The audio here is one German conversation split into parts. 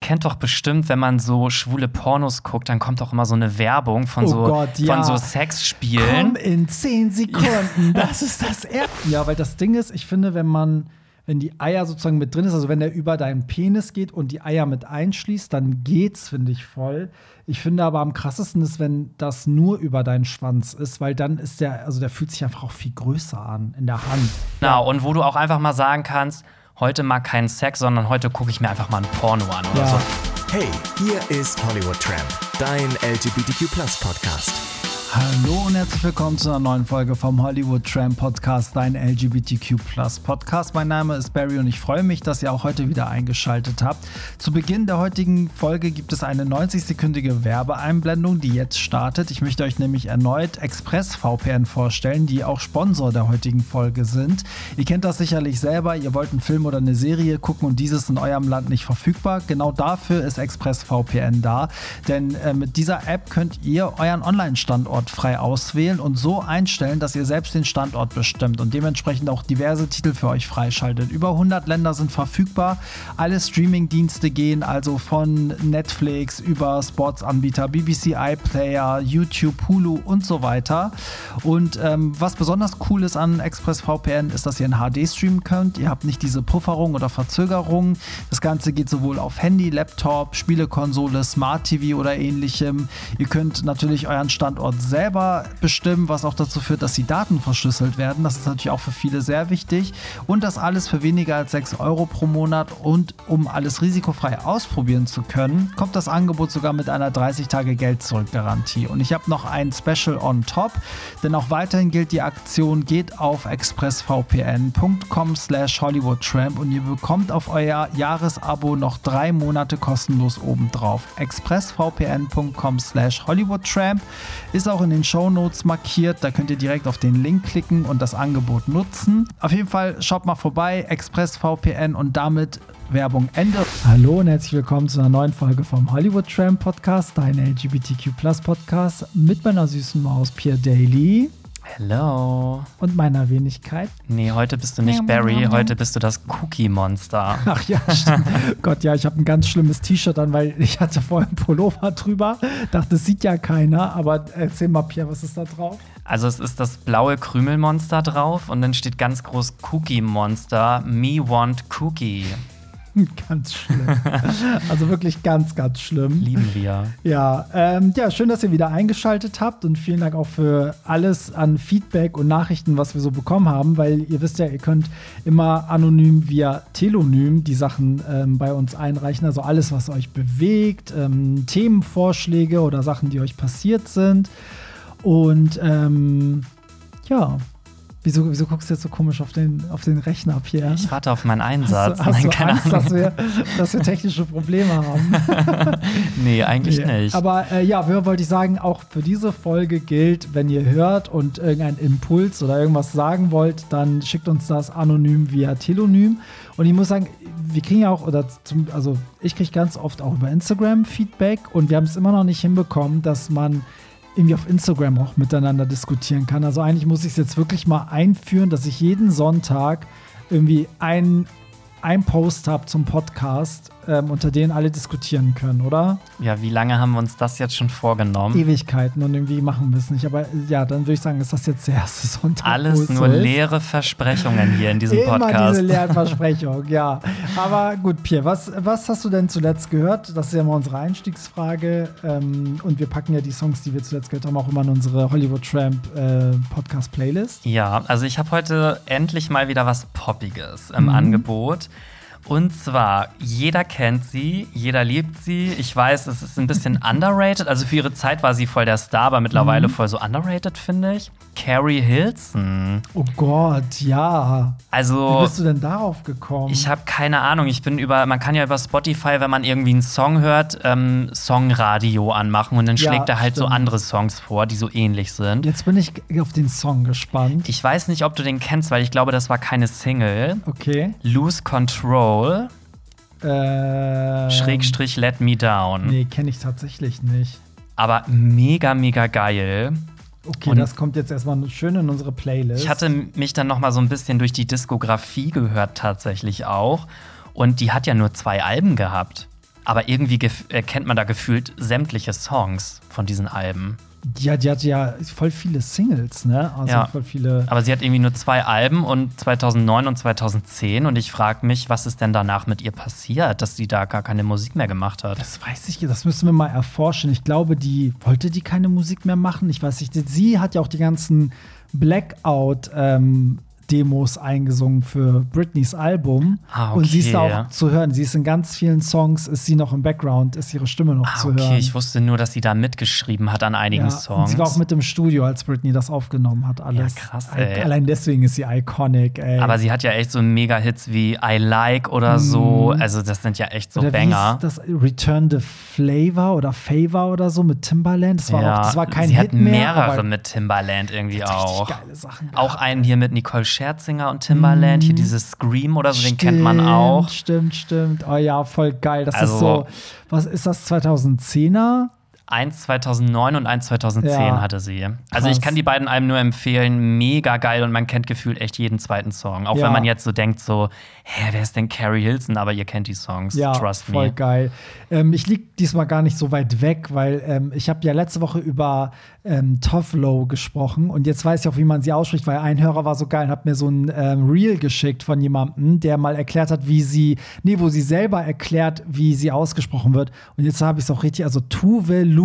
kennt doch bestimmt, wenn man so schwule Pornos guckt, dann kommt doch immer so eine Werbung von von so Sexspielen. Komm in 10 Sekunden, das ist das Erste. Ja, weil das Ding ist, ich finde, wenn die Eier sozusagen mit drin ist, also wenn der über deinen Penis geht und die Eier mit einschließt, dann geht's, finde ich, voll. Ich finde aber am krassesten ist, wenn das nur über deinen Schwanz ist, weil dann ist der fühlt sich einfach auch viel größer an in der Hand. Genau, und wo du auch einfach mal sagen kannst, heute mal keinen Sex, sondern heute gucke ich mir einfach mal ein Porno an oder so. Hey, hier ist Hollywood Tramp, dein LGBTQ+-Podcast. Hallo und herzlich willkommen zu einer neuen Folge vom Hollywood Tramp Podcast, dein LGBTQ+-Podcast. Mein Name ist Barry und ich freue mich, dass ihr auch heute wieder eingeschaltet habt. Zu Beginn der heutigen Folge gibt es eine 90-sekündige Werbeeinblendung, die jetzt startet. Ich möchte euch nämlich erneut ExpressVPN vorstellen, die auch Sponsor der heutigen Folge sind. Ihr kennt das sicherlich selber, ihr wollt einen Film oder eine Serie gucken und dieses in eurem Land nicht verfügbar. Genau dafür ist ExpressVPN da, denn mit dieser App könnt ihr euren Online-Standort frei auswählen und so einstellen, dass ihr selbst den Standort bestimmt und dementsprechend auch diverse Titel für euch freischaltet. Über 100 Länder sind verfügbar. Alle Streaming-Dienste gehen also von Netflix über Sportsanbieter, BBC iPlayer, YouTube, Hulu und so weiter. Und was besonders cool ist an ExpressVPN ist, dass ihr in HD streamen könnt. Ihr habt nicht diese Pufferung oder Verzögerung. Das Ganze geht sowohl auf Handy, Laptop, Spielekonsole, Smart TV oder ähnlichem. Ihr könnt natürlich euren Standort selber bestimmen, was auch dazu führt, dass die Daten verschlüsselt werden. Das ist natürlich auch für viele sehr wichtig. Und das alles für weniger als 6 € pro Monat. Und um alles risikofrei ausprobieren zu können, kommt das Angebot sogar mit einer 30-Tage-Geld-Zurück-Garantie. Und ich habe noch ein Special on top, denn auch weiterhin gilt die Aktion, geht auf expressvpn.com/HollywoodTramp und ihr bekommt auf euer Jahresabo noch 3 Monate kostenlos obendrauf. expressvpn.com/HollywoodTramp ist auch in den Shownotes markiert, da könnt ihr direkt auf den Link klicken und das Angebot nutzen. Auf jeden Fall schaut mal vorbei, ExpressVPN und damit Werbung Ende. Hallo und herzlich willkommen zu einer neuen Folge vom Hollywood Tramp Podcast, dein LGBTQ+ Podcast mit meiner süßen Maus Pierre Daly. Hello. Und meiner Wenigkeit. Nee, heute bist du nicht Barry, heute bist du das Cookie-Monster. Ach ja, stimmt. Gott, ja, ich habe ein ganz schlimmes T-Shirt an, weil ich hatte vorhin einen Pullover drüber. Dachte, das sieht ja keiner, aber erzähl mal, Pierre, was ist da drauf? Also es ist das blaue Krümelmonster drauf und dann steht ganz groß Cookie-Monster, me want cookie. Ganz schlimm. Also wirklich ganz, ganz schlimm. Lieben wir. Ja, schön, dass ihr wieder eingeschaltet habt und vielen Dank auch für alles an Feedback und Nachrichten, was wir so bekommen haben, weil ihr wisst ja, ihr könnt immer anonym via Telonym die Sachen bei uns einreichen, also alles, was euch bewegt, Themenvorschläge oder Sachen, die euch passiert sind und Wieso guckst du jetzt so komisch auf den Rechner, Pierre? Ich warte auf meinen Einsatz. Hast du Angst, dass wir technische Probleme haben? Nee, eigentlich nicht. Aber wollte ich sagen, auch für diese Folge gilt, wenn ihr hört und irgendeinen Impuls oder irgendwas sagen wollt, dann schickt uns das anonym via Telonym. Und ich muss sagen, wir kriegen ja auch, ich kriege ganz oft auch über Instagram Feedback und wir haben es immer noch nicht hinbekommen, dass man irgendwie auf Instagram auch miteinander diskutieren kann. Also eigentlich muss ich es jetzt wirklich mal einführen, dass ich jeden Sonntag irgendwie ein Post habe zum Podcast, unter denen alle diskutieren können, oder? Ja, wie lange haben wir uns das jetzt schon vorgenommen? Ewigkeiten und irgendwie machen wir es nicht. Aber ja, dann würde ich sagen, ist das jetzt der erste Sonntag. Alles nur leere Versprechungen hier in diesem Podcast. Immer diese leeren Versprechungen, ja. Aber gut, Pierre, was hast du denn zuletzt gehört? Das ist ja mal unsere Einstiegsfrage. Und wir packen ja die Songs, die wir zuletzt gehört haben, auch immer in unsere Hollywood Tramp Podcast-Playlist. Ja, also ich habe heute endlich mal wieder was Poppiges im Angebot. Und zwar, jeder kennt sie, jeder liebt sie. Ich weiß, es ist ein bisschen underrated. Also für ihre Zeit war sie voll der Star, aber mittlerweile voll so underrated, finde ich. Carrie Hilson. Oh Gott, ja. Also, wie bist du denn darauf gekommen? Ich habe keine Ahnung. Man kann ja über Spotify, wenn man irgendwie einen Song hört, Songradio anmachen und dann schlägt er halt so andere Songs vor, die so ähnlich sind. Jetzt bin ich auf den Song gespannt. Ich weiß nicht, ob du den kennst, weil ich glaube, das war keine Single. Okay. Lose Control. Schrägstrich Let Me Down. Nee, kenne ich tatsächlich nicht. Aber mega, mega geil. Okay, und das kommt jetzt erstmal schön in unsere Playlist. Ich hatte mich dann noch mal so ein bisschen durch die Diskografie gehört tatsächlich auch. Und die hat ja nur 2 Alben gehabt. Aber irgendwie kennt man da gefühlt sämtliche Songs von diesen Alben. Die hat ja voll viele Singles, ne? Also Ja. voll viele. Aber sie hat irgendwie nur 2 Alben und 2009 und 2010. Und ich frage mich, was ist denn danach mit ihr passiert, dass sie da gar keine Musik mehr gemacht hat? Das weiß ich, das müssen wir mal erforschen. Ich glaube, wollte die keine Musik mehr machen? Ich weiß nicht. Sie hat ja auch die ganzen Blackout Demos eingesungen für Britneys Album. Ah, okay. Und sie ist da auch zu hören. Sie ist in ganz vielen Songs, ist sie noch im Background, ist ihre Stimme noch zu hören. Okay, ich wusste nur, dass sie da mitgeschrieben hat an einigen Songs. Und sie war auch mit im Studio, als Britney das aufgenommen hat, alles. Ja, krass, ey. Allein deswegen ist sie iconic, ey. Aber sie hat ja echt so Mega-Hits wie I Like oder so. Also das sind ja echt so oder Banger. Wie hieß das? Return the Flavor oder Favor oder so mit Timbaland. Das war kein sie Hit hat mehr. mehrere aber mit Timbaland irgendwie hat richtig auch. geile Sachen Auch gehabt, einen hier mit Nicole Scherzinger und Timbaland. Hier dieses Scream oder so, den kennt man auch. Stimmt. Oh ja, voll geil. Das Also- ist so, was ist das, 2010er? Eins 2009 und eins 2010 Ja. hatte sie. Also Krass. ich kann die beiden Alben nur empfehlen. Mega geil und man kennt gefühlt echt jeden zweiten Song. Auch Ja. wenn man jetzt so denkt so, wer ist denn Carrie Hilson? Aber ihr kennt die Songs. Ja, Trust voll me. geil. Ich liege diesmal gar nicht so weit weg, weil ich habe ja letzte Woche über Tovlo gesprochen und jetzt weiß ich auch, wie man sie ausspricht, weil ein Hörer war so geil und hat mir so ein Reel geschickt von jemandem, der mal erklärt hat, wo sie selber erklärt, wie sie ausgesprochen wird. Und jetzt habe ich es auch richtig, also Tuvalu.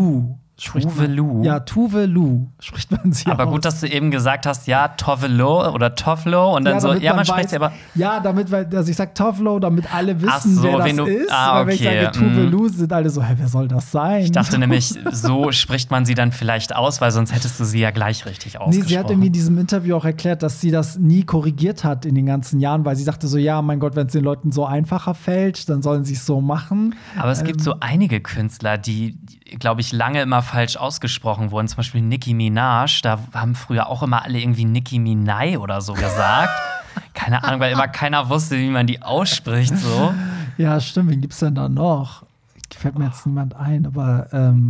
Tuvalu? Ja, Tuvalu spricht man sie Aber aus. gut, dass du eben gesagt hast, ja, Tovlo oder Tovlo und dann so, damit ja, man weiß- spricht sie aber. Ja, also ich sag Tovlo, damit alle wissen, Ach so, wer das wen du- ist. Ah, Weil wenn ich okay, sage Tuvalu, sind alle so, wer soll das sein? Ich dachte nämlich, so spricht man sie dann vielleicht aus, weil sonst hättest du sie ja gleich richtig Nee, ausgesprochen. sie hat irgendwie in diesem Interview auch erklärt, dass sie das nie korrigiert hat in den ganzen Jahren, weil sie dachte so, ja, mein Gott, wenn es den Leuten so einfacher fällt, dann sollen sie es so machen. Aber es gibt so einige Künstler, die, glaube ich, lange immer falsch ausgesprochen wurden. Zum Beispiel Nicki Minaj. Da haben früher auch immer alle irgendwie Nicki Minaj oder so gesagt. Keine Ahnung, weil immer keiner wusste, wie man die ausspricht. So. Ja, stimmt, wen gibt's denn da noch? Fällt mir jetzt niemand ein, aber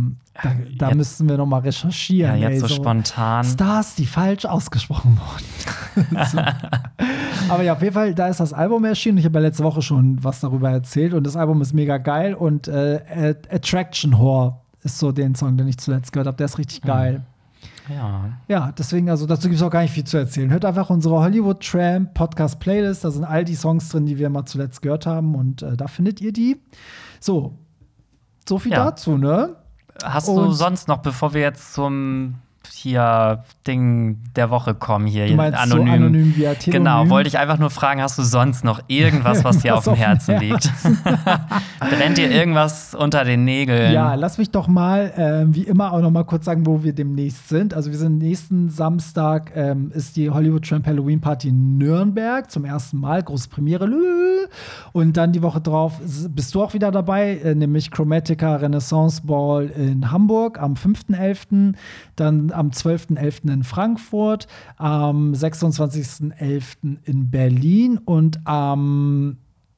da Jetzt- müssten wir noch mal recherchieren. Ja, jetzt ey, so spontan. Stars, die falsch ausgesprochen wurden. So. Aber ja, auf jeden Fall, da ist das Album erschienen. Ich habe ja letzte Woche schon was darüber erzählt und das Album ist mega geil und Attraction Whore ist so den Song, den ich zuletzt gehört habe. Der ist richtig geil. Ja. Ja, deswegen, also dazu gibt es auch gar nicht viel zu erzählen. Hört einfach unsere Hollywood Tramp Podcast Playlist. Da sind all die Songs drin, die wir mal zuletzt gehört haben und da findet ihr die. So viel Ja. dazu, ne? Hast du Und- sonst noch, bevor wir jetzt zum Ding der Woche kommen hier, Du meinst so anonym via Telonym? Genau, wollte ich einfach nur fragen, hast du sonst noch irgendwas, was dir auf dem Was auf dem Herzen liegt? Brennt dir irgendwas unter den Nägeln? Ja, lass mich doch mal, wie immer, auch noch mal kurz sagen, wo wir demnächst sind. Also wir sind nächsten Samstag, ist die Hollywood Tramp Halloween Party in Nürnberg zum ersten Mal, große Premiere. Und dann die Woche drauf bist du auch wieder dabei, nämlich Chromatica Renaissance Ball in Hamburg am 5.11., dann am 12.11. in Frankfurt, am 26.11. in Berlin und am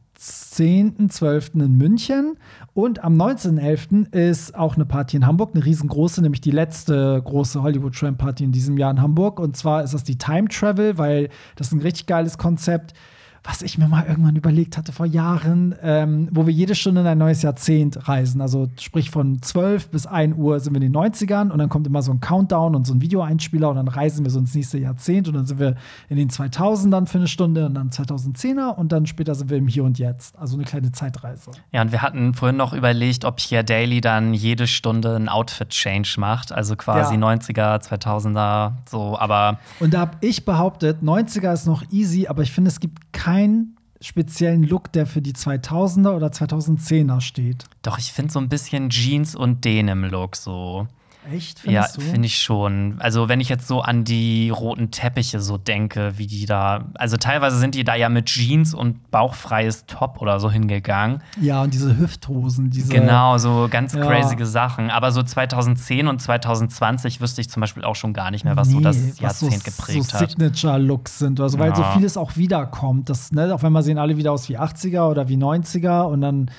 10.12. in München und am 19.11. ist auch eine Party in Hamburg, eine riesengroße, nämlich die letzte große Hollywood Tramp Party in diesem Jahr in Hamburg. Und zwar ist das die Time Travel, weil das ist ein richtig geiles Konzept, was ich mir mal irgendwann überlegt hatte vor Jahren, wo wir jede Stunde in ein neues Jahrzehnt reisen. Also sprich von 12 bis 1 Uhr sind wir in den 90ern und dann kommt immer so ein Countdown und so ein Videoeinspieler und dann reisen wir so ins nächste Jahrzehnt und dann sind wir in den 2000ern für eine Stunde und dann 2010er und dann später sind wir im Hier und Jetzt. Also eine kleine Zeitreise. Ja, und wir hatten vorhin noch überlegt, ob Pierre Daly dann jede Stunde ein Outfit-Change macht. Also quasi Ja. 90er, 2000er, so, aber Und da habe ich behauptet, 90er ist noch easy, aber ich finde, es gibt keinen speziellen Look, der für die 2000er oder 2010er steht. doch, ich finde so ein bisschen Jeans und Denim-Look so. Echt? Ja, Findest du? finde ich schon. Also, wenn ich jetzt so an die roten Teppiche so denke, wie die da. Also, teilweise sind die da ja mit Jeans und bauchfreies Top oder so hingegangen. Ja, und diese Hüfthosen, diese. Genau, so ganz Ja. crazy Sachen. Aber so 2010 und 2020 wüsste ich zum Beispiel auch schon gar nicht mehr, was so das was Jahrzehnt geprägt so hat. Signature-Looks sind. Also, weil Ja. so vieles auch wiederkommt. Das, ne, auf einmal sehen alle wieder aus wie 80er oder wie 90er und dann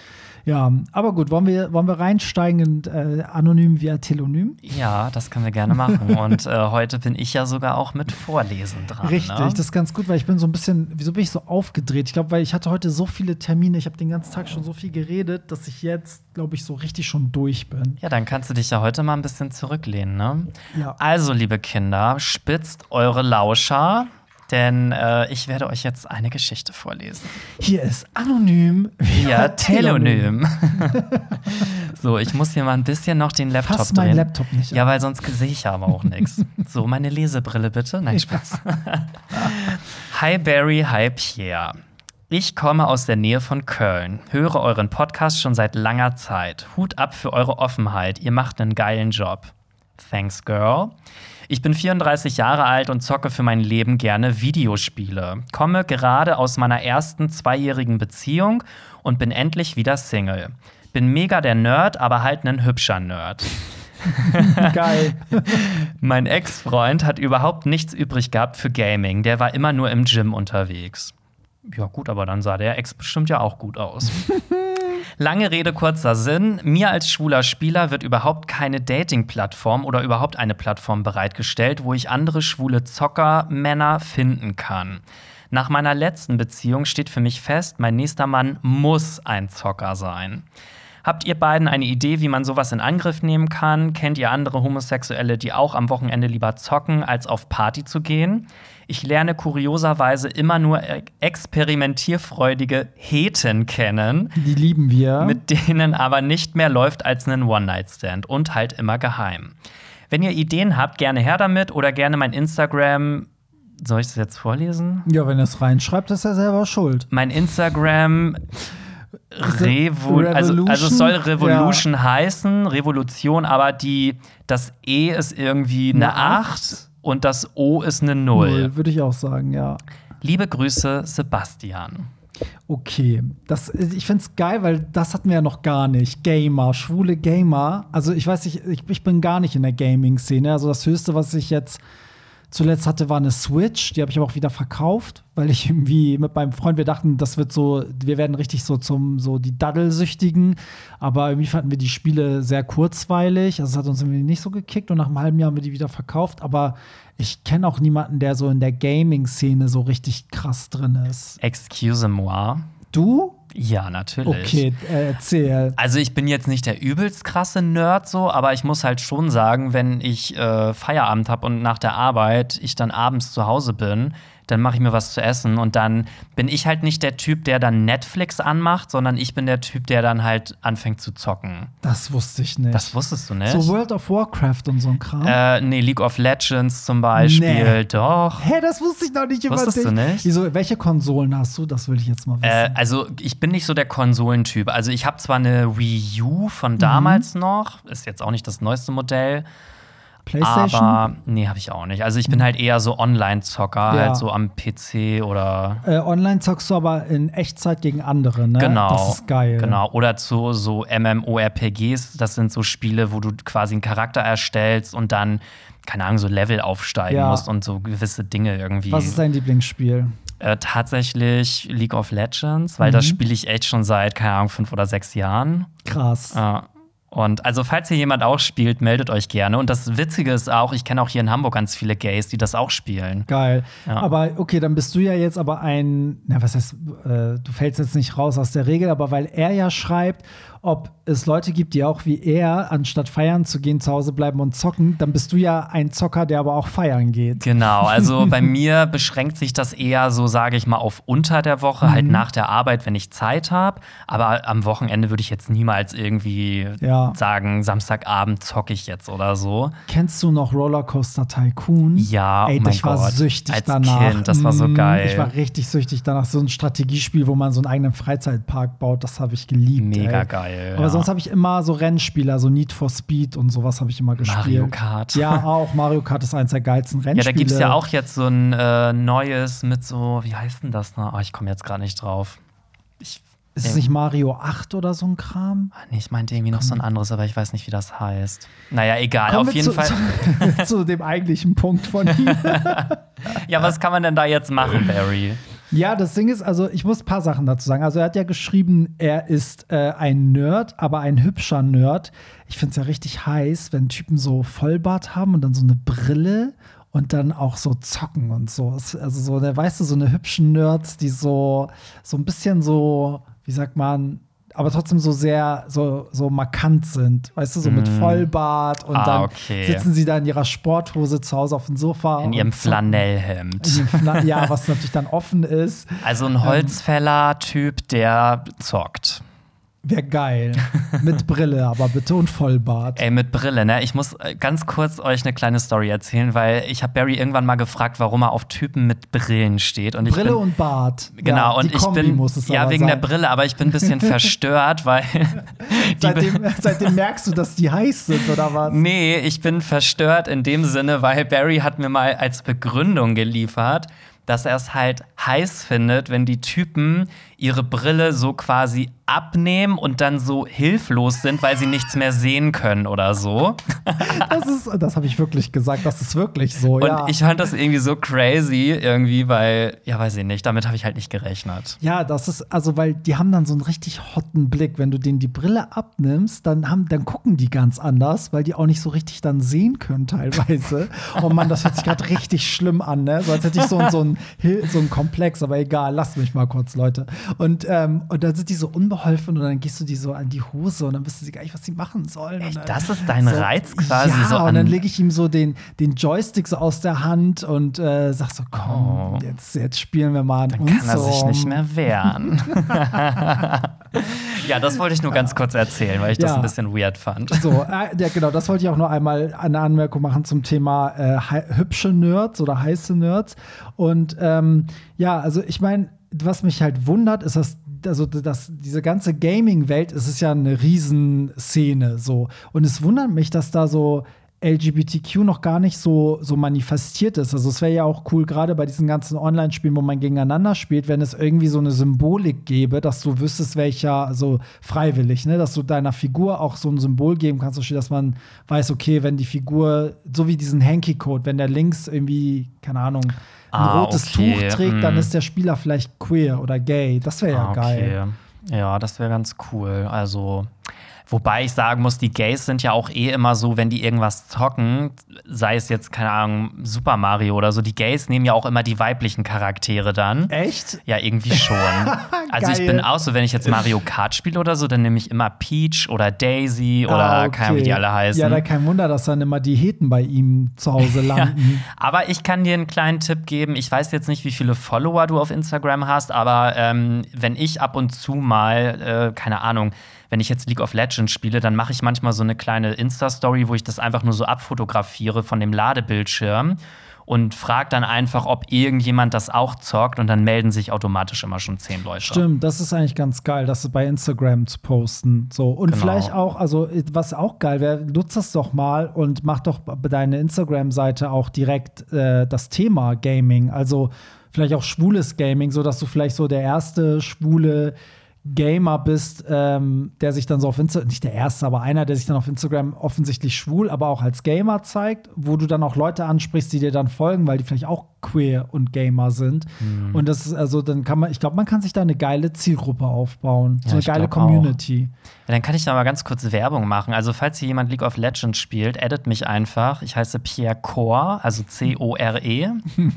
Ja, aber gut, wollen wir reinsteigen in Anonym via Telonym? Ja, das können wir gerne machen. Und heute bin ich ja sogar auch mit Vorlesen dran. Richtig, ne? das ist ganz gut, weil ich bin so ein bisschen, wieso bin ich so aufgedreht? Ich glaube, weil ich hatte heute so viele Termine, ich habe den ganzen Tag schon so viel geredet, dass ich jetzt, glaube ich, so richtig schon durch bin. Ja, dann kannst du dich ja heute mal ein bisschen zurücklehnen, ne? Ja. Also, liebe Kinder, spitzt eure Lauscher, denn ich werde euch jetzt eine Geschichte vorlesen. Hier ist Anonym Ja, Telonym. So, ich muss hier mal ein bisschen noch den Laptop Fass drehen. meinen Laptop nicht Ja, an. weil sonst sehe ich aber auch nichts. So, meine Lesebrille bitte. Nein, Spaß. Hi Barry, hi Pierre. Ich komme aus der Nähe von Köln, höre euren Podcast schon seit langer Zeit. Hut ab für eure Offenheit, ihr macht einen geilen Job. Thanks, girl. Ich bin 34 Jahre alt und zocke für mein Leben gerne Videospiele. Komme gerade aus meiner ersten 2-jährigen Beziehung und bin endlich wieder Single. Bin mega der Nerd, aber halt ein hübscher Nerd. Geil. Mein Ex-Freund hat überhaupt nichts übrig gehabt für Gaming. Der war immer nur im Gym unterwegs. Ja gut, aber dann sah der Ex bestimmt ja auch gut aus. Lange Rede, kurzer Sinn. Mir als schwuler Spieler wird überhaupt keine Dating-Plattform oder überhaupt eine Plattform bereitgestellt, wo ich andere schwule Zocker-Männer finden kann. Nach meiner letzten Beziehung steht für mich fest, mein nächster Mann muss ein Zocker sein. Habt ihr beiden eine Idee, wie man sowas in Angriff nehmen kann? Kennt ihr andere Homosexuelle, die auch am Wochenende lieber zocken, als auf Party zu gehen? Ich lerne kurioserweise immer nur experimentierfreudige Heten kennen, Die lieben wir. mit denen aber nicht mehr läuft als einen One-Night-Stand und halt immer geheim. Wenn ihr Ideen habt, gerne her damit oder gerne mein Instagram. Soll ich es jetzt vorlesen? Ja, wenn er es reinschreibt, ist er selber schuld. Mein Instagram also es soll Revolution heißen, Revolution, aber das E ist irgendwie eine 8 und das O ist eine 0. Würde ich auch sagen, ja. Liebe Grüße, Sebastian. Okay, ich finde es geil, weil das hatten wir ja noch gar nicht. Gamer, schwule Gamer. Also ich weiß nicht, ich bin gar nicht in der Gaming-Szene. Also das Höchste, was ich jetzt zuletzt hatte, war eine Switch. Die habe ich aber auch wieder verkauft, weil ich irgendwie mit meinem Freund, wir dachten, das wird so, wir werden richtig so die Daddelsüchtigen. Aber irgendwie fanden wir die Spiele sehr kurzweilig. Also es hat uns irgendwie nicht so gekickt und nach einem halben Jahr haben wir die wieder verkauft. Aber ich kenne auch niemanden, der so in der Gaming-Szene so richtig krass drin ist. Excuse-moi. Du? Ja, natürlich. Okay, erzähl. Also ich bin jetzt nicht der übelst krasse Nerd so, aber ich muss halt schon sagen, wenn ich Feierabend habe und nach der Arbeit ich dann abends zu Hause bin, dann mache ich mir was zu essen und dann bin ich halt nicht der Typ, der dann Netflix anmacht, sondern ich bin der Typ, der dann halt anfängt zu zocken. Das wusste ich nicht. Das wusstest du nicht? So World of Warcraft und so ein Kram? Nee, League of Legends zum Beispiel. Nee. Doch. Hä, das wusste ich noch nicht über dich. Wusstest du nicht? Wieso, welche Konsolen hast du? Das will ich jetzt mal wissen. Also ich bin nicht so der Konsolentyp. Also ich habe zwar eine Wii U von damals noch, ist jetzt auch nicht das neueste Modell. PlayStation? Aber nee, habe ich auch nicht. Also ich bin halt eher so Online-Zocker, Ja. halt so am PC oder Online zockst du aber in Echtzeit gegen andere, ne? genau. Das ist geil. Genau. Oder zu so MMORPGs, das sind so Spiele, wo du quasi einen Charakter erstellst und dann, keine Ahnung, so Level aufsteigen Ja. musst und so gewisse Dinge irgendwie. Was ist dein Lieblingsspiel? Tatsächlich League of Legends, weil das spiele ich echt schon seit, keine Ahnung, 5 oder 6 Jahren. Krass. Und also, falls hier jemand auch spielt, meldet euch gerne. Und das Witzige ist auch, ich kenne auch hier in Hamburg ganz viele Gays, die das auch spielen. Geil. Ja. Aber okay, dann bist du ja jetzt aber was heißt, du fällst jetzt nicht raus aus der Regel, aber weil er ja schreibt, ob es Leute gibt, die auch wie er, anstatt feiern zu gehen, zu Hause bleiben und zocken, dann bist du ja ein Zocker, der aber auch feiern geht. Genau, also bei mir beschränkt sich das eher so, sage ich mal, auf unter der Woche, halt nach der Arbeit, wenn ich Zeit habe. Aber am Wochenende würde ich jetzt niemals irgendwie sagen, Samstagabend zocke ich jetzt oder so. Kennst du noch Rollercoaster Tycoon? Ja, Ey, oh mein ich war Gott. süchtig Als danach. Kind, das war so geil. Ich war richtig süchtig danach. So ein Strategiespiel, wo man so einen eigenen Freizeitpark baut, das habe ich geliebt. Mega ey. geil. Aber sonst habe ich immer so Rennspiele, so Need for Speed und sowas habe ich immer gespielt. Mario Kart. Ja, auch. Mario Kart ist eins der geilsten Rennspiele. Ja, da gibt es ja auch jetzt so ein neues mit so, wie heißt denn das noch? Oh, ich komme jetzt gerade nicht drauf. Ist es nicht Mario 8 oder so ein Kram? Nee, ich meinte irgendwie noch so ein anderes, aber ich weiß nicht, wie das heißt. Naja, egal, Kommen auf wir jeden Fall. zu dem eigentlichen Punkt von ihm. Ja, was kann man denn da jetzt machen, Barry? Ja, das Ding ist, also ich muss ein paar Sachen dazu sagen. Also er hat ja geschrieben, er ist ein Nerd, aber ein hübscher Nerd. Ich finde es ja richtig heiß, wenn Typen so Vollbart haben und dann so eine Brille und dann auch so zocken und so. Also so, weißt du, so eine hübschen Nerds, die so ein bisschen so, wie sagt man, aber trotzdem so sehr so markant sind, weißt du, so mit Vollbart und dann sitzen sie da in ihrer Sporthose zu Hause auf dem Sofa. In ihrem Flanellhemd. Ja, was natürlich dann offen ist. Also ein Holzfäller-Typ, der zockt. Wäre geil. Mit Brille, aber bitte und Vollbart. Ey, mit Brille, ne? Ich muss ganz kurz euch eine kleine Story erzählen, weil ich habe Barry irgendwann mal gefragt, warum er auf Typen mit Brillen steht. Und Brille und Bart. Genau, ja, und ich bin wegen der Brille, aber ich bin ein bisschen verstört, weil seitdem merkst du, dass die heiß sind, oder was? Nee, ich bin verstört in dem Sinne, weil Barry hat mir mal als Begründung geliefert, dass er es halt heiß findet, wenn die Typen ihre Brille so quasi abnehmen und dann so hilflos sind, weil sie nichts mehr sehen können oder so. Das habe ich wirklich gesagt, das ist wirklich so, ja. Und ich fand das irgendwie so crazy, irgendwie, weil, ja, weiß ich nicht, damit habe ich halt nicht gerechnet. Ja, das ist, also, weil die haben dann so einen richtig hotten Blick. Wenn du denen die Brille abnimmst, dann gucken die ganz anders, weil die auch nicht so richtig dann sehen können teilweise. Oh Mann, das hört sich gerade richtig schlimm an, ne? So als hätte ich so einen Komplex, aber egal, lasst mich mal kurz, Leute. Und dann sind die so unbeholfen und dann gehst du die so an die Hose und dann wissen sie gar nicht, was sie machen sollen. Echt, das ist dein Reiz quasi? Ja, so und dann lege ich ihm so den Joystick so aus der Hand und sag so, komm, jetzt spielen wir mal an dann uns. Kann er sich nicht mehr wehren. Ja, das wollte ich nur ganz kurz erzählen, weil ich das ein bisschen weird fand. So, ja, genau, das wollte ich auch nur einmal eine Anmerkung machen zum Thema hübsche Nerds oder heiße Nerds. Und ja, also ich meine, was mich halt wundert, ist, dass diese ganze Gaming-Welt, es ist ja eine Riesenszene so. Und es wundert mich, dass da so LGBTQ noch gar nicht so manifestiert ist. Also es wäre ja auch cool, gerade bei diesen ganzen Online-Spielen, wo man gegeneinander spielt, wenn es irgendwie so eine Symbolik gäbe, dass du wüsstest, welcher, also freiwillig, ne, dass du deiner Figur auch so ein Symbol geben kannst, dass man weiß, okay, wenn die Figur, so wie diesen Hanky-Code, wenn der links irgendwie, keine Ahnung, ein rotes Tuch trägt, dann ist der Spieler vielleicht queer oder gay. Das wäre ja geil. Ja, das wäre ganz cool. Also wobei ich sagen muss, die Gays sind ja auch immer so, wenn die irgendwas zocken, sei es jetzt, keine Ahnung, Super Mario oder so, die Gays nehmen ja auch immer die weiblichen Charaktere dann. Echt? Ja, irgendwie schon. Also ich bin auch so, wenn ich jetzt Mario Kart spiele oder so, dann nehme ich immer Peach oder Daisy oder keine Ahnung, wie die alle heißen. Ja, da kein Wunder, dass dann immer die Heten bei ihm zu Hause landen. Ja, aber ich kann dir einen kleinen Tipp geben. Ich weiß jetzt nicht, wie viele Follower du auf Instagram hast, aber wenn ich ab und zu mal, keine Ahnung, wenn ich jetzt League of Legends spiele, dann mache ich manchmal so eine kleine Insta-Story, wo ich das einfach nur so abfotografiere von dem Ladebildschirm und frage dann einfach, ob irgendjemand das auch zockt und dann melden sich automatisch immer schon 10 Leute. Stimmt, das ist eigentlich ganz geil, das bei Instagram zu posten. So. Und vielleicht auch, also was auch geil wäre, nutzt das doch mal und mach doch bei deiner Instagram-Seite auch direkt das Thema Gaming. Also vielleicht auch schwules Gaming, sodass du vielleicht so der erste schwule Gamer bist, der sich dann so auf Instagram, nicht der erste, aber einer, der sich dann auf Instagram offensichtlich schwul, aber auch als Gamer zeigt, wo du dann auch Leute ansprichst, die dir dann folgen, weil die vielleicht auch queer und Gamer sind. Und das ist, also dann kann man, ich glaube, man kann sich da eine geile Zielgruppe aufbauen, so eine geile Community. Ja, dann kann ich da mal ganz kurz Werbung machen. Also, falls hier jemand League of Legends spielt, addet mich einfach. Ich heiße Pierre Core, also C-O-R-E.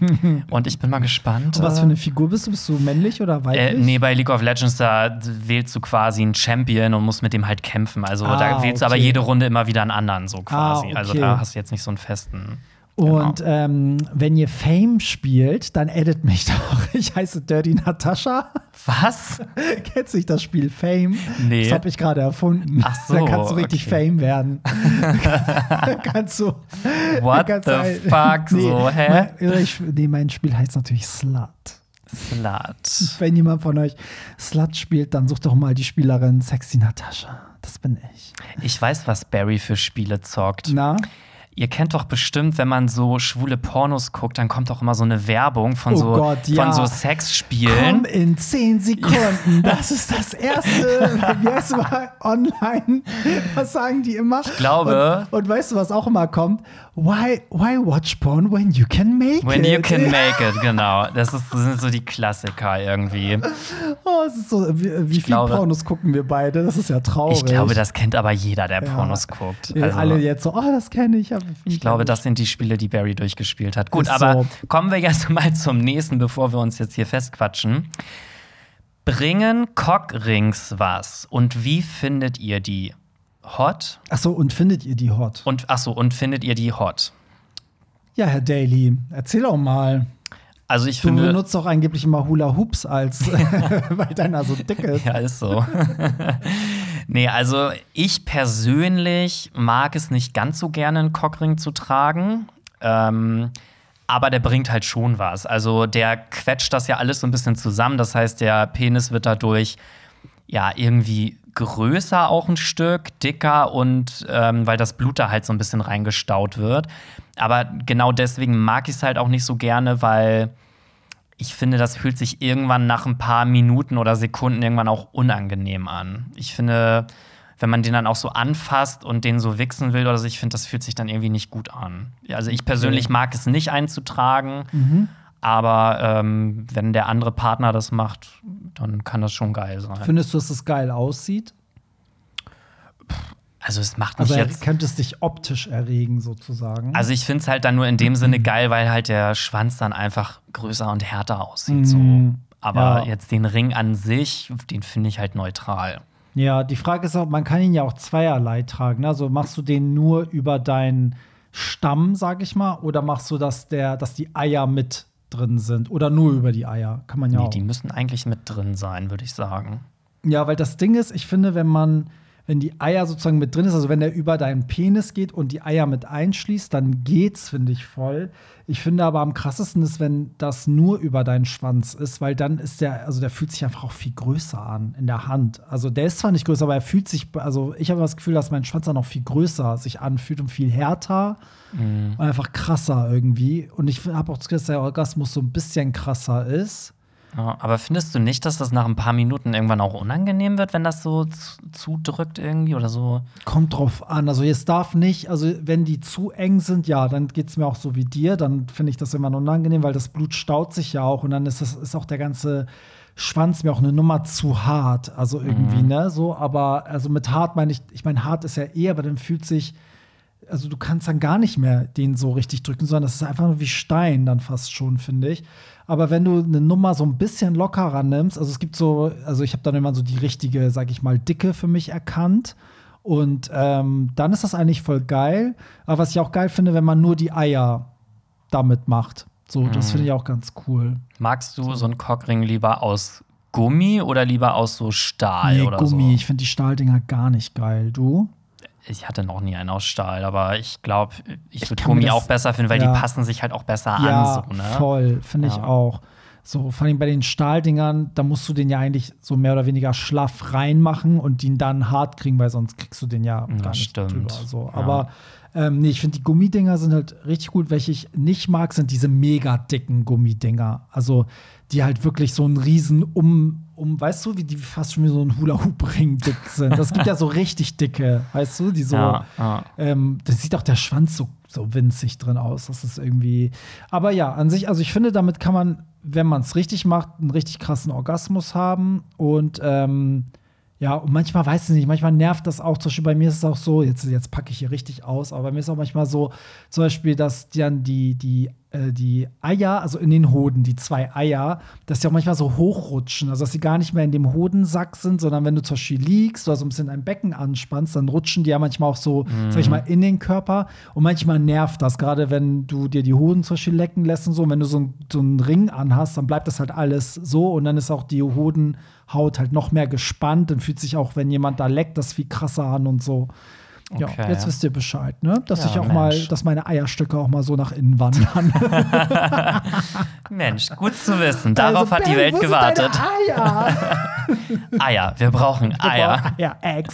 Und ich bin mal gespannt. Und was für eine Figur bist du? Bist du männlich oder weiblich? Nee, bei League of Legends, da wählst du quasi einen Champion und musst mit dem halt kämpfen. Also, da wählst du aber jede Runde immer wieder einen anderen, so quasi. Okay. Also, da hast du jetzt nicht so einen festen. Und wenn ihr Fame spielt, dann addet mich doch. Ich heiße Dirty Natascha. Was? Kennst du nicht das Spiel Fame? Nee. Das habe ich gerade erfunden. Ach so, da kannst du richtig Fame werden. kannst du. What the fuck? Nee, so, hä? Mein Spiel heißt natürlich Slut. Slut. Wenn jemand von euch Slut spielt, dann sucht doch mal die Spielerin Sexy Natascha. Das bin ich. Ich weiß, was Barry für Spiele zockt. Na? Ihr kennt doch bestimmt, wenn man so schwule Pornos guckt, dann kommt doch immer so eine Werbung von Gott, von so Sexspielen. Komm in 10 Sekunden. Das ist das erste. Wie heißt es mal online? Was sagen die immer? Ich glaube. Und weißt du, was auch immer kommt? Why watch porn when you can make it? When you can make it, genau. Das sind so die Klassiker irgendwie. Oh, es ist so, wie viele Pornos gucken wir beide? Das ist ja traurig. Ich glaube, das kennt aber jeder, der Pornos guckt. Also, alle jetzt so, das kenne ich. Ich glaube, das sind die Spiele, die Barry durchgespielt hat. Gut, aber kommen wir jetzt mal zum nächsten, bevor wir uns jetzt hier festquatschen. Bringen Cockrings was? Und wie findet ihr die? Hot? Achso, und findet ihr die hot? Und findet ihr die hot? Ja, Herr Daly, erzähl doch mal. Also ich finde, du benutzt doch angeblich immer Hula Hoops weil deiner so dick ist. Ja, ist so. Nee, also ich persönlich mag es nicht ganz so gerne, einen Cockring zu tragen. Aber der bringt halt schon was. Also der quetscht das ja alles so ein bisschen zusammen. Das heißt, der Penis wird dadurch ja irgendwie größer auch ein Stück, dicker und weil das Blut da halt so ein bisschen reingestaut wird. Aber genau deswegen mag ich es halt auch nicht so gerne, weil ich finde, das fühlt sich irgendwann nach ein paar Minuten oder Sekunden irgendwann auch unangenehm an. Ich finde, wenn man den dann auch so anfasst und den so wichsen will oder so, ich finde, das fühlt sich dann irgendwie nicht gut an. Also ich persönlich mag es nicht einzutragen, aber wenn der andere Partner das macht, dann kann das schon geil sein. Findest du, dass es geil aussieht? Also es macht mich jetzt. Könnte es dich optisch erregen, sozusagen? Also ich finde es halt dann nur in dem Sinne geil, weil halt der Schwanz dann einfach größer und härter aussieht. So. Aber jetzt den Ring an sich, den finde ich halt neutral. Ja, die Frage ist auch, man kann ihn ja auch zweierlei tragen. Also machst du den nur über deinen Stamm, sag ich mal, oder machst du, dass die Eier mit drin sind? Oder nur über die Eier? Kann man ja auch. Die müssen eigentlich mit drin sein, würde ich sagen. Ja, weil das Ding ist, ich finde, wenn die Eier sozusagen mit drin ist, also wenn der über deinen Penis geht und die Eier mit einschließt, dann geht's, finde ich, voll. Ich finde aber am krassesten ist, wenn das nur über deinen Schwanz ist, weil dann ist der fühlt sich einfach auch viel größer an in der Hand. Also der ist zwar nicht größer, aber er fühlt sich, also ich habe das Gefühl, dass mein Schwanz dann noch viel größer sich anfühlt und viel härter und einfach krasser irgendwie. Und ich habe auch das Gefühl, dass der Orgasmus so ein bisschen krasser ist. Ja, aber findest du nicht, dass das nach ein paar Minuten irgendwann auch unangenehm wird, wenn das so zudrückt irgendwie oder so? Kommt drauf an. Also jetzt darf nicht, also wenn die zu eng sind, ja, dann geht's mir auch so wie dir. Dann finde ich das immer unangenehm, weil das Blut staut sich ja auch und dann ist auch der ganze Schwanz mir auch eine Nummer zu hart. Also irgendwie, ne, so. Aber also mit hart meine ich meine, hart ist ja aber dann fühlt sich, also du kannst dann gar nicht mehr den so richtig drücken, sondern das ist einfach nur wie Stein dann fast schon, finde ich. Aber wenn du eine Nummer so ein bisschen lockerer nimmst, also es gibt so, also ich habe dann immer so die richtige, sag ich mal, Dicke für mich erkannt. Und dann ist das eigentlich voll geil. Aber was ich auch geil finde, wenn man nur die Eier damit macht. So, das finde ich auch ganz cool. Magst du so einen Cockring lieber aus Gummi oder lieber aus so Stahl oder Gummi. so? Ich finde die Stahldinger gar nicht geil. Du? Ich hatte noch nie einen aus Stahl, aber ich glaube, ich würde Gummi auch besser finden, weil die passen sich halt auch besser an. So, ne? Voll, finde ich auch. So, vor allem bei den Stahldingern, da musst du den ja eigentlich so mehr oder weniger schlaff reinmachen und ihn dann hart kriegen, weil sonst kriegst du den ja gar nicht drüber. So. Aber ich finde, die Gummidinger sind halt richtig gut. Welche ich nicht mag, sind diese mega dicken Gummidinger. Also, die halt wirklich so einen riesen weißt du, wie die fast schon wie so ein Hula-Hoop-Ring dick sind. Das gibt ja so richtig dicke, weißt du, die so das sieht auch der Schwanz so winzig drin aus. Das ist irgendwie. Aber ja, an sich, also ich finde, damit kann man, wenn man es richtig macht, einen richtig krassen Orgasmus haben. Und und manchmal, weiß ich nicht, manchmal nervt das auch. Zum Beispiel bei mir ist es auch so, jetzt packe ich hier richtig aus, aber bei mir ist es auch manchmal so, zum Beispiel, dass dann die Eier, also in den Hoden, die 2 Eier, dass die auch manchmal so hochrutschen. Also, dass sie gar nicht mehr in dem Hodensack sind, sondern wenn du zum Beispiel liegst oder so ein bisschen dein Becken anspannst, dann rutschen die ja manchmal auch so, sag ich mal, in den Körper. Und manchmal nervt das, gerade wenn du dir die Hoden zum Beispiel lecken lässt und so. Und wenn du so einen Ring anhast, dann bleibt das halt alles so. Und dann ist auch die Hodenhaut halt noch mehr gespannt. Dann fühlt sich auch, wenn jemand da leckt, das viel krasser an und so. Ja, Okay. jetzt wisst ihr Bescheid, ne? Dass Ja, ich auch Mensch. mal, dass meine Eierstöcke auch mal so nach innen wandern. Mensch, gut zu wissen. Darauf Also, hat die Barry, Welt wo sind gewartet. deine Eier. Eier, wir brauchen Eier. Ja, Eggs.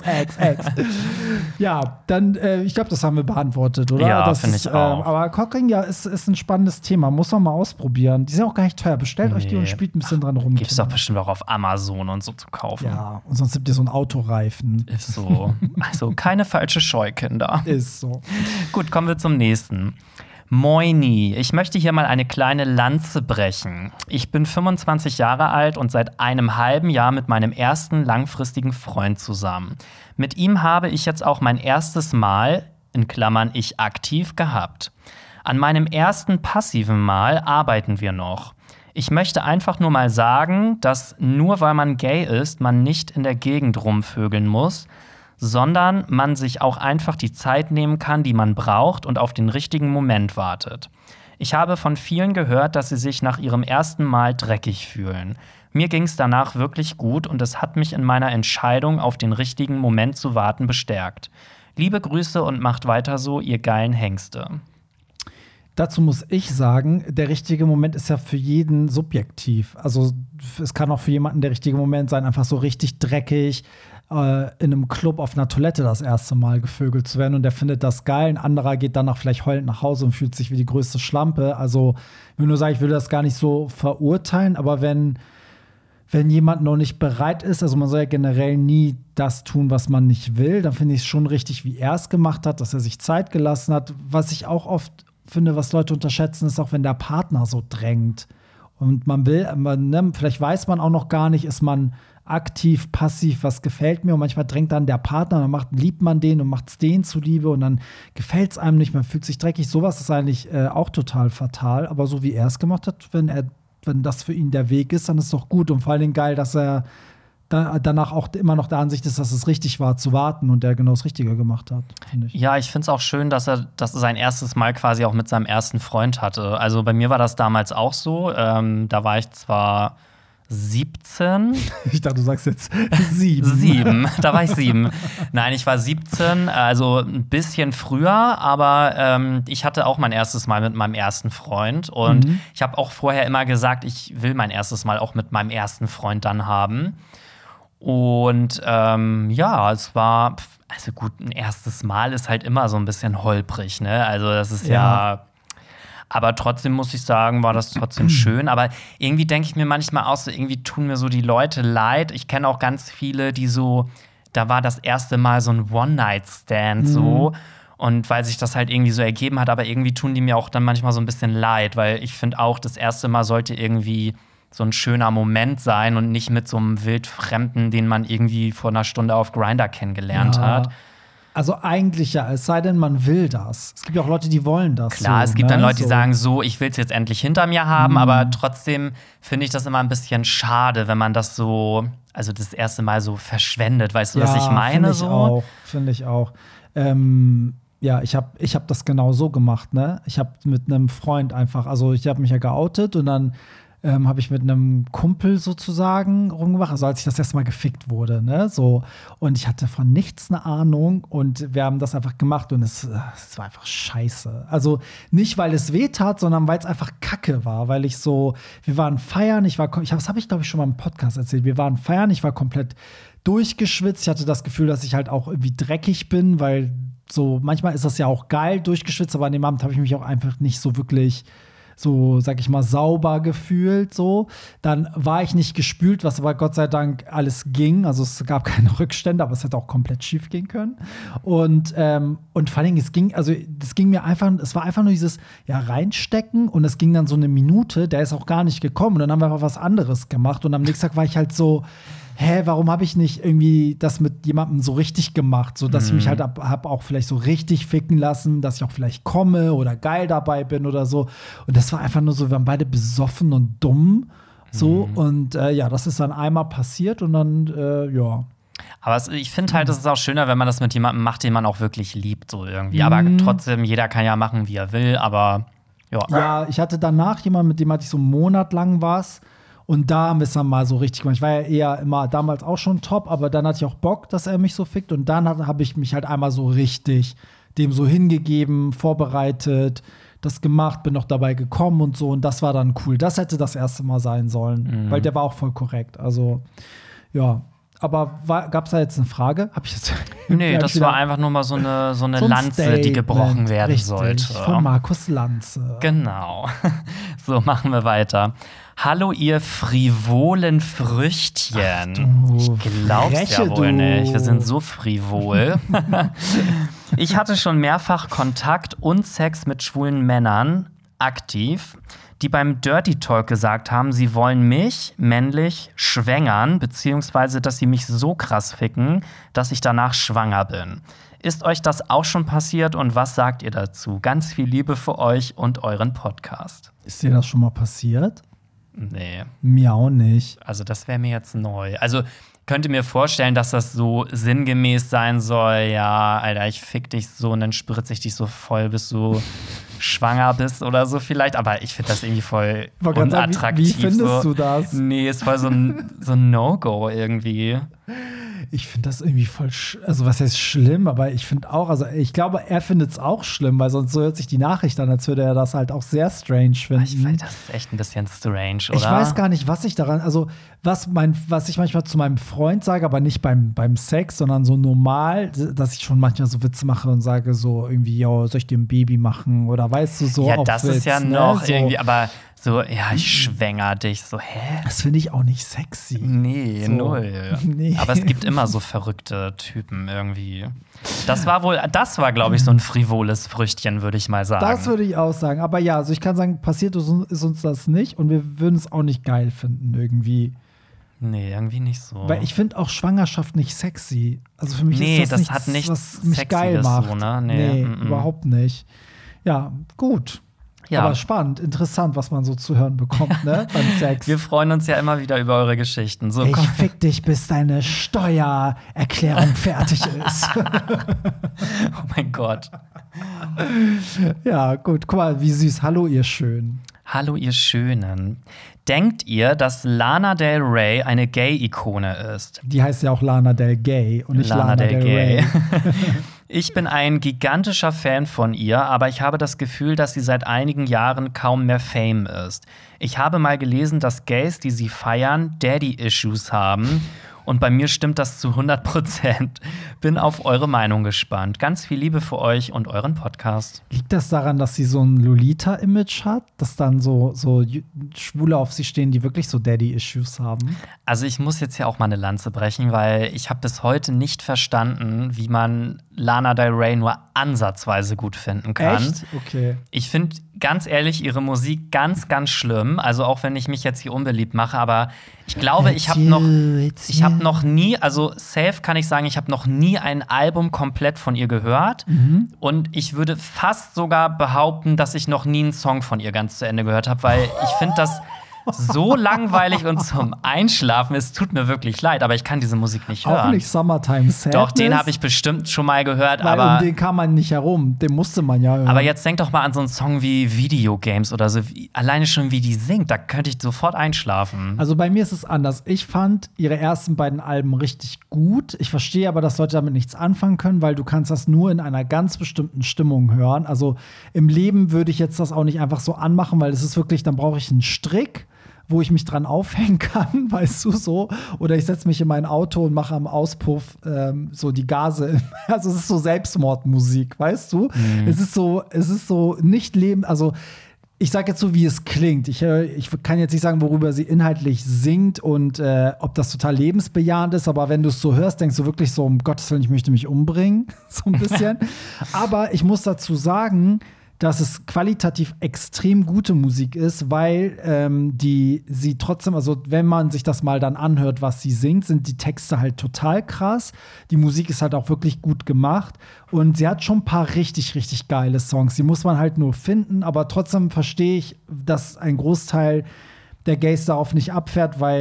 Ja, dann, ich glaube, das haben wir beantwortet, oder? Ja, Das finde ist, ich auch. Aber Cockring, ja, ist ein spannendes Thema. Muss man mal ausprobieren. Die sind auch gar nicht teuer. Bestellt euch die und Nee. spielt ein bisschen dran rum. Gibt's doch bestimmt auch auf Amazon und so zu kaufen. Ja, und sonst habt ihr so einen Autoreifen. Ist so. Also keine falsche Scheu, Kinder. Ist so. Gut, kommen wir zum nächsten. Moini, ich möchte hier mal eine kleine Lanze brechen. Ich bin 25 Jahre alt und seit einem halben Jahr mit meinem ersten langfristigen Freund zusammen. Mit ihm habe ich jetzt auch mein erstes Mal, in Klammern ich aktiv, gehabt. An meinem ersten passiven Mal arbeiten wir noch. Ich möchte einfach nur mal sagen, dass nur weil man gay ist, man nicht in der Gegend rumvögeln muss, sondern man sich auch einfach die Zeit nehmen kann, die man braucht und auf den richtigen Moment wartet. Ich habe von vielen gehört, dass sie sich nach ihrem ersten Mal dreckig fühlen. Mir ging es danach wirklich gut und es hat mich in meiner Entscheidung, auf den richtigen Moment zu warten, bestärkt. Liebe Grüße und macht weiter so, ihr geilen Hengste. Dazu muss ich sagen, der richtige Moment ist ja für jeden subjektiv. Also es kann auch für jemanden der richtige Moment sein, einfach so richtig dreckig in einem Club auf einer Toilette das erste Mal gevögelt zu werden und der findet das geil. Ein anderer geht danach vielleicht heulend nach Hause und fühlt sich wie die größte Schlampe. Also ich will nur sagen, ich will das gar nicht so verurteilen, aber wenn jemand noch nicht bereit ist, also man soll ja generell nie das tun, was man nicht will, dann finde ich es schon richtig, wie er es gemacht hat, dass er sich Zeit gelassen hat. Was ich auch oft finde, was Leute unterschätzen, ist auch, wenn der Partner so drängt. Und vielleicht weiß man auch noch gar nicht, ist man aktiv, passiv, was gefällt mir. Und manchmal drängt dann der Partner, dann liebt man den und macht es denen zuliebe und dann gefällt es einem nicht, man fühlt sich dreckig. Sowas ist eigentlich auch total fatal. Aber so wie er es gemacht hat, wenn das für ihn der Weg ist, dann ist es doch gut. Und vor allen Dingen geil, dass er danach auch immer noch der Ansicht ist, dass es richtig war, zu warten und der genau das Richtige gemacht hat, finde ich. Ja, ich finde es auch schön, dass er sein erstes Mal quasi auch mit seinem ersten Freund hatte. Also bei mir war das damals auch so. Da war ich zwar 17. Ich dachte, du sagst jetzt 7. 7, da war ich 7. Nein, ich war 17, also ein bisschen früher, aber ich hatte auch mein erstes Mal mit meinem ersten Freund. Und ich habe auch vorher immer gesagt, ich will mein erstes Mal auch mit meinem ersten Freund dann haben. Und ja, es war, also gut, ein erstes Mal ist halt immer so ein bisschen holprig, ne? Also das ist ja aber trotzdem muss ich sagen, war das trotzdem schön. Aber irgendwie denke ich mir manchmal auch so, irgendwie tun mir so die Leute leid. Ich kenne auch ganz viele, die so, da war das erste Mal so ein One-Night-Stand so. Und weil sich das halt irgendwie so ergeben hat, aber irgendwie tun die mir auch dann manchmal so ein bisschen leid. Weil ich finde auch, das erste Mal sollte irgendwie so ein schöner Moment sein und nicht mit so einem Wildfremden, den man irgendwie vor einer Stunde auf Grindr kennengelernt hat. Also eigentlich ja, es sei denn, man will das. Es gibt ja auch Leute, die wollen das. Klar, so, es gibt ne? dann Leute, die so. sagen so, ich will es jetzt endlich hinter mir haben, aber trotzdem finde ich das immer ein bisschen schade, wenn man das so, also das erste Mal so verschwendet. Weißt du, was ich meine? Finde ich auch. Ja, ich hab das genau so gemacht, ne? Ich habe mit einem Freund einfach, also ich habe mich ja geoutet und dann habe ich mit einem Kumpel sozusagen rumgemacht, also als ich das erste Mal gefickt wurde, ne, so. Und ich hatte von nichts eine Ahnung und wir haben das einfach gemacht und es war einfach scheiße. Also nicht, weil es weh tat, sondern weil es einfach Kacke war, weil wir waren feiern, das habe ich, glaube ich, schon mal im Podcast erzählt, wir waren feiern, ich war komplett durchgeschwitzt, ich hatte das Gefühl, dass ich halt auch irgendwie dreckig bin, weil so, manchmal ist das ja auch geil, durchgeschwitzt, aber an dem Abend habe ich mich auch einfach nicht so wirklich so, sag ich mal, sauber gefühlt, so. Dann war ich nicht gespült, was aber Gott sei Dank alles ging. Also es gab keine Rückstände, aber es hätte auch komplett schief gehen können. Und vor allen Dingen, es war einfach nur dieses, ja, reinstecken und es ging dann so eine Minute, der ist auch gar nicht gekommen. Und dann haben wir einfach was anderes gemacht und am nächsten Tag war ich halt so, warum habe ich nicht irgendwie das mit jemandem so richtig gemacht, so dass ich mich halt hab auch vielleicht so richtig ficken lassen, dass ich auch vielleicht komme oder geil dabei bin oder so. Und das war einfach nur so, wir waren beide besoffen und dumm, so. Und ja, das ist dann einmal passiert und dann, ja. Aber ich finde halt, es ist auch schöner, wenn man das mit jemandem macht, den man auch wirklich liebt, so irgendwie. Aber trotzdem, jeder kann ja machen, wie er will, aber ja. Ja, ich hatte danach jemanden, mit dem hatte ich so einen Monat lang was. Und da haben wir es dann mal so richtig gemacht. Ich war ja eher immer damals auch schon top, aber dann hatte ich auch Bock, dass er mich so fickt. Und dann habe ich mich halt einmal so richtig dem so hingegeben, vorbereitet, das gemacht, bin noch dabei gekommen und so. Und das war dann cool. Das hätte das erste Mal sein sollen, weil der war auch voll korrekt. Also, ja. Aber gab es da jetzt eine Frage? Hab ich jetzt Nee, das war einfach nur mal so eine Lanze, die gebrochen werden richtig, sollte. Von Markus Lanze. Genau. So, machen wir weiter. Hallo, ihr frivolen Früchtchen. Ich glaub's ja wohl nicht. Wir sind so frivol. Ich hatte schon mehrfach Kontakt und Sex mit schwulen Männern, aktiv, die beim Dirty Talk gesagt haben, sie wollen mich, männlich, schwängern, beziehungsweise, dass sie mich so krass ficken, dass ich danach schwanger bin. Ist euch das auch schon passiert und was sagt ihr dazu? Ganz viel Liebe für euch und euren Podcast. Ist dir das schon mal passiert? Nee. Mir auch nicht. Also das wäre mir jetzt neu. Also könnt ihr mir vorstellen, dass das so sinngemäß sein soll, ja, Alter, ich fick dich so und dann spritze ich dich so voll, bis du schwanger bist oder so vielleicht. Aber ich finde das irgendwie voll unattraktiv. Wie findest du das? Nee, ist voll so ein No-Go irgendwie. Ich finde das irgendwie voll, also was heißt schlimm, aber ich finde auch, also ich glaube, er findet es auch schlimm, weil sonst so hört sich die Nachricht an, als würde er das halt auch sehr strange finden. Ich finde das ist echt ein bisschen strange, oder? Ich weiß gar nicht, was ich daran, also was ich manchmal zu meinem Freund sage, aber nicht beim Sex, sondern so normal, dass ich schon manchmal so Witze mache und sage so irgendwie, ja, soll ich dir ein Baby machen oder weißt du, so ja, auf das Witz, ist ja ne? noch So. irgendwie, aber so, ja, ich schwänger dich, so, hä? Das finde ich auch nicht sexy. Nee, so. null. Nee. Aber es gibt immer so verrückte Typen irgendwie. Das war, glaube ich, so ein frivoles Früchtchen, würde ich mal sagen. Das würde ich auch sagen. Aber ja, also ich kann sagen, passiert ist uns das nicht und wir würden es auch nicht geil finden irgendwie. Nee, irgendwie nicht so. Weil ich finde auch Schwangerschaft nicht sexy. Also für mich Nee, ist das nichts, hat nichts was mich geil Sexiges macht. so, ne? Nee, überhaupt nicht. Ja, gut. Ja. Aber spannend, interessant, was man so zu hören bekommt, ne? Beim Sex. Wir freuen uns ja immer wieder über eure Geschichten. So, Ich fick dich, bis deine Steuererklärung fertig ist. Oh mein Gott. Ja, gut. Guck mal, wie süß. Hallo, ihr Schönen. Hallo, ihr Schönen. Denkt ihr, dass Lana Del Rey eine Gay-Ikone ist? Die heißt ja auch Lana Del Gay und nicht Lana Del Gay. Rey. Ich bin ein gigantischer Fan von ihr, aber ich habe das Gefühl, dass sie seit einigen Jahren kaum mehr Fame ist. Ich habe mal gelesen, dass Gays, die sie feiern, Daddy-Issues haben. Und bei mir stimmt das zu 100%. Bin auf eure Meinung gespannt. Ganz viel Liebe für euch und euren Podcast. Liegt das daran, dass sie so ein Lolita-Image hat? Dass dann so Schwule auf sie stehen, die wirklich so Daddy-Issues haben? Also ich muss jetzt hier auch mal eine Lanze brechen, weil ich habe bis heute nicht verstanden, wie man Lana Del Rey nur ansatzweise gut finden kann. Echt? Okay. Ich finde ganz ehrlich ihre Musik ganz, ganz schlimm. Also auch wenn ich mich jetzt hier unbeliebt mache, aber ich glaube, ich habe noch nie, also safe kann ich sagen, ich habe noch nie ein Album komplett von ihr gehört. Und ich würde fast sogar behaupten, dass ich noch nie einen Song von ihr ganz zu Ende gehört habe, weil ich finde das so langweilig und zum Einschlafen. Es tut mir wirklich leid, aber ich kann diese Musik nicht hören. Auch nicht Summertime Sadness? Doch, den habe ich bestimmt schon mal gehört, weil aber um den kam man nicht herum. Den musste man ja hören. aber jetzt denk doch mal an so einen Song wie Videogames oder so. Alleine schon, wie die singt, da könnte ich sofort einschlafen. Also bei mir ist es anders. Ich fand ihre ersten beiden Alben richtig gut. Ich verstehe aber, dass Leute damit nichts anfangen können, weil du kannst das nur in einer ganz bestimmten Stimmung hören. Also im Leben würde ich jetzt das auch nicht einfach so anmachen, weil es ist wirklich, dann brauche ich einen Strick, wo ich mich dran aufhängen kann, weißt du, so. Oder ich setze mich in mein Auto und mache am Auspuff so die Gase. Also es ist so Selbstmordmusik, weißt du? Es ist so nicht Leben, also ich sage jetzt so, wie es klingt. Ich kann jetzt nicht sagen, worüber sie inhaltlich singt und ob das total lebensbejahend ist, aber wenn du es so hörst, denkst du wirklich so, um Gottes Willen, ich möchte mich umbringen, so ein bisschen. Aber ich muss dazu sagen, dass es qualitativ extrem gute Musik ist, weil sie trotzdem, also wenn man sich das mal dann anhört, was sie singt, sind die Texte halt total krass. Die Musik ist halt auch wirklich gut gemacht und sie hat schon ein paar richtig, richtig geile Songs. Die muss man halt nur finden, aber trotzdem verstehe ich, dass ein Großteil der Gays darauf nicht abfährt, weil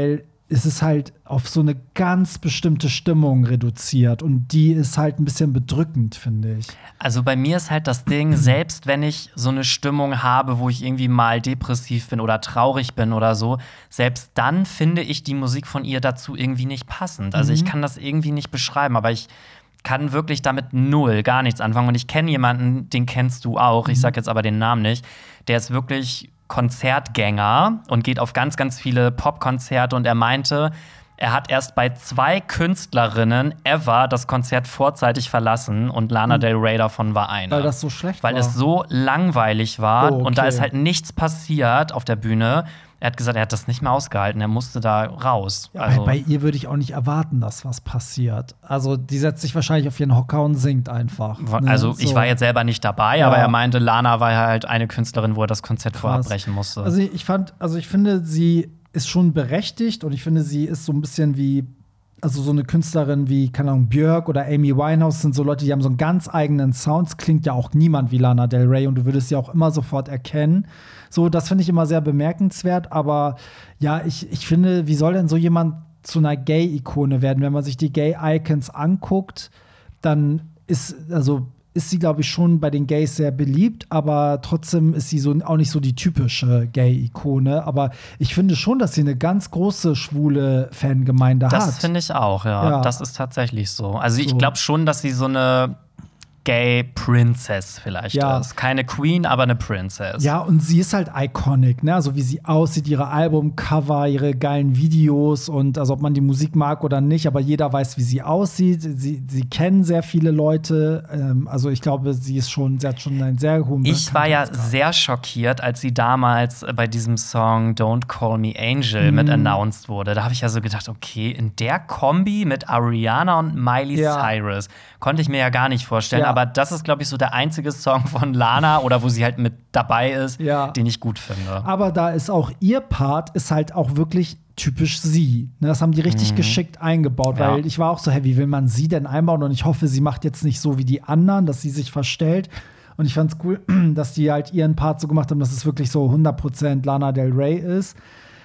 ist es halt auf so eine ganz bestimmte Stimmung reduziert und die ist halt ein bisschen bedrückend, finde ich. Also bei mir ist halt das Ding, selbst wenn ich so eine Stimmung habe, wo ich irgendwie mal depressiv bin oder traurig bin oder so, selbst dann finde ich die Musik von ihr dazu irgendwie nicht passend. Also ich kann das irgendwie nicht beschreiben, aber ich kann wirklich damit gar nichts anfangen. Und ich kenne jemanden, den kennst du auch, ich sag jetzt aber den Namen nicht, der ist wirklich Konzertgänger und geht auf ganz, ganz viele Popkonzerte und er meinte, er hat erst bei 2 Künstlerinnen ever das Konzert vorzeitig verlassen und Lana Del Rey davon war eine. Weil das so schlecht war? Weil es so langweilig war Oh, okay. und da ist halt nichts passiert auf der Bühne. Er hat gesagt, er hat das nicht mehr ausgehalten, er musste da raus. Ja, Also, bei ihr würde ich auch nicht erwarten, dass was passiert. Also die setzt sich wahrscheinlich auf ihren Hocker und singt einfach. Ne? also ich So. war jetzt selber nicht dabei, Ja. aber er meinte, Lana war halt eine Künstlerin, wo er das Konzert vorher Krass. abbrechen musste. Also ich finde, sie ist schon berechtigt und ich finde, sie ist so ein bisschen wie, also so eine Künstlerin wie, keine Ahnung, Björk oder Amy Winehouse sind so Leute, die haben so einen ganz eigenen Sound. Es klingt ja auch niemand wie Lana Del Rey und du würdest sie auch immer sofort erkennen. So, das finde ich immer sehr bemerkenswert, aber ja, ich finde, wie soll denn so jemand zu einer Gay-Ikone werden? Wenn man sich die Gay-Icons anguckt, dann ist sie, glaube ich, schon bei den Gays sehr beliebt, aber trotzdem ist sie so auch nicht so die typische Gay-Ikone. Aber ich finde schon, dass sie eine ganz große schwule Fangemeinde hat. Das finde ich auch, ja. Ja. Das ist tatsächlich so. Also ich So. glaube schon, dass sie so eine Gay Princess vielleicht Ja. ist. Keine Queen, aber eine Princess. Ja, und sie ist halt iconic, ne? Also wie sie aussieht, ihre Albumcover, ihre geilen Videos und also ob man die Musik mag oder nicht, aber jeder weiß, wie sie aussieht. Sie kennen sehr viele Leute. Also ich glaube, sie hat schon einen sehr hohen Ich war ja Bekanntheitsgrad. sehr schockiert, als sie damals bei diesem Song Don't Call Me Angel mit announced wurde. Da habe ich ja so gedacht, okay, in der Kombi mit Ariana und Miley Ja. Cyrus konnte ich mir ja gar nicht vorstellen. Ja. Aber das ist, glaube ich, so der einzige Song von Lana oder wo sie halt mit dabei ist, Ja. den ich gut finde. Aber da ist auch ihr Part, ist halt auch wirklich typisch sie. Ne, das haben die richtig geschickt eingebaut, Ja. weil ich war auch so, hey, wie will man sie denn einbauen? Und ich hoffe, sie macht jetzt nicht so wie die anderen, dass sie sich verstellt. Und ich fand's cool, dass die halt ihren Part so gemacht haben, dass es wirklich so 100% Lana Del Rey ist.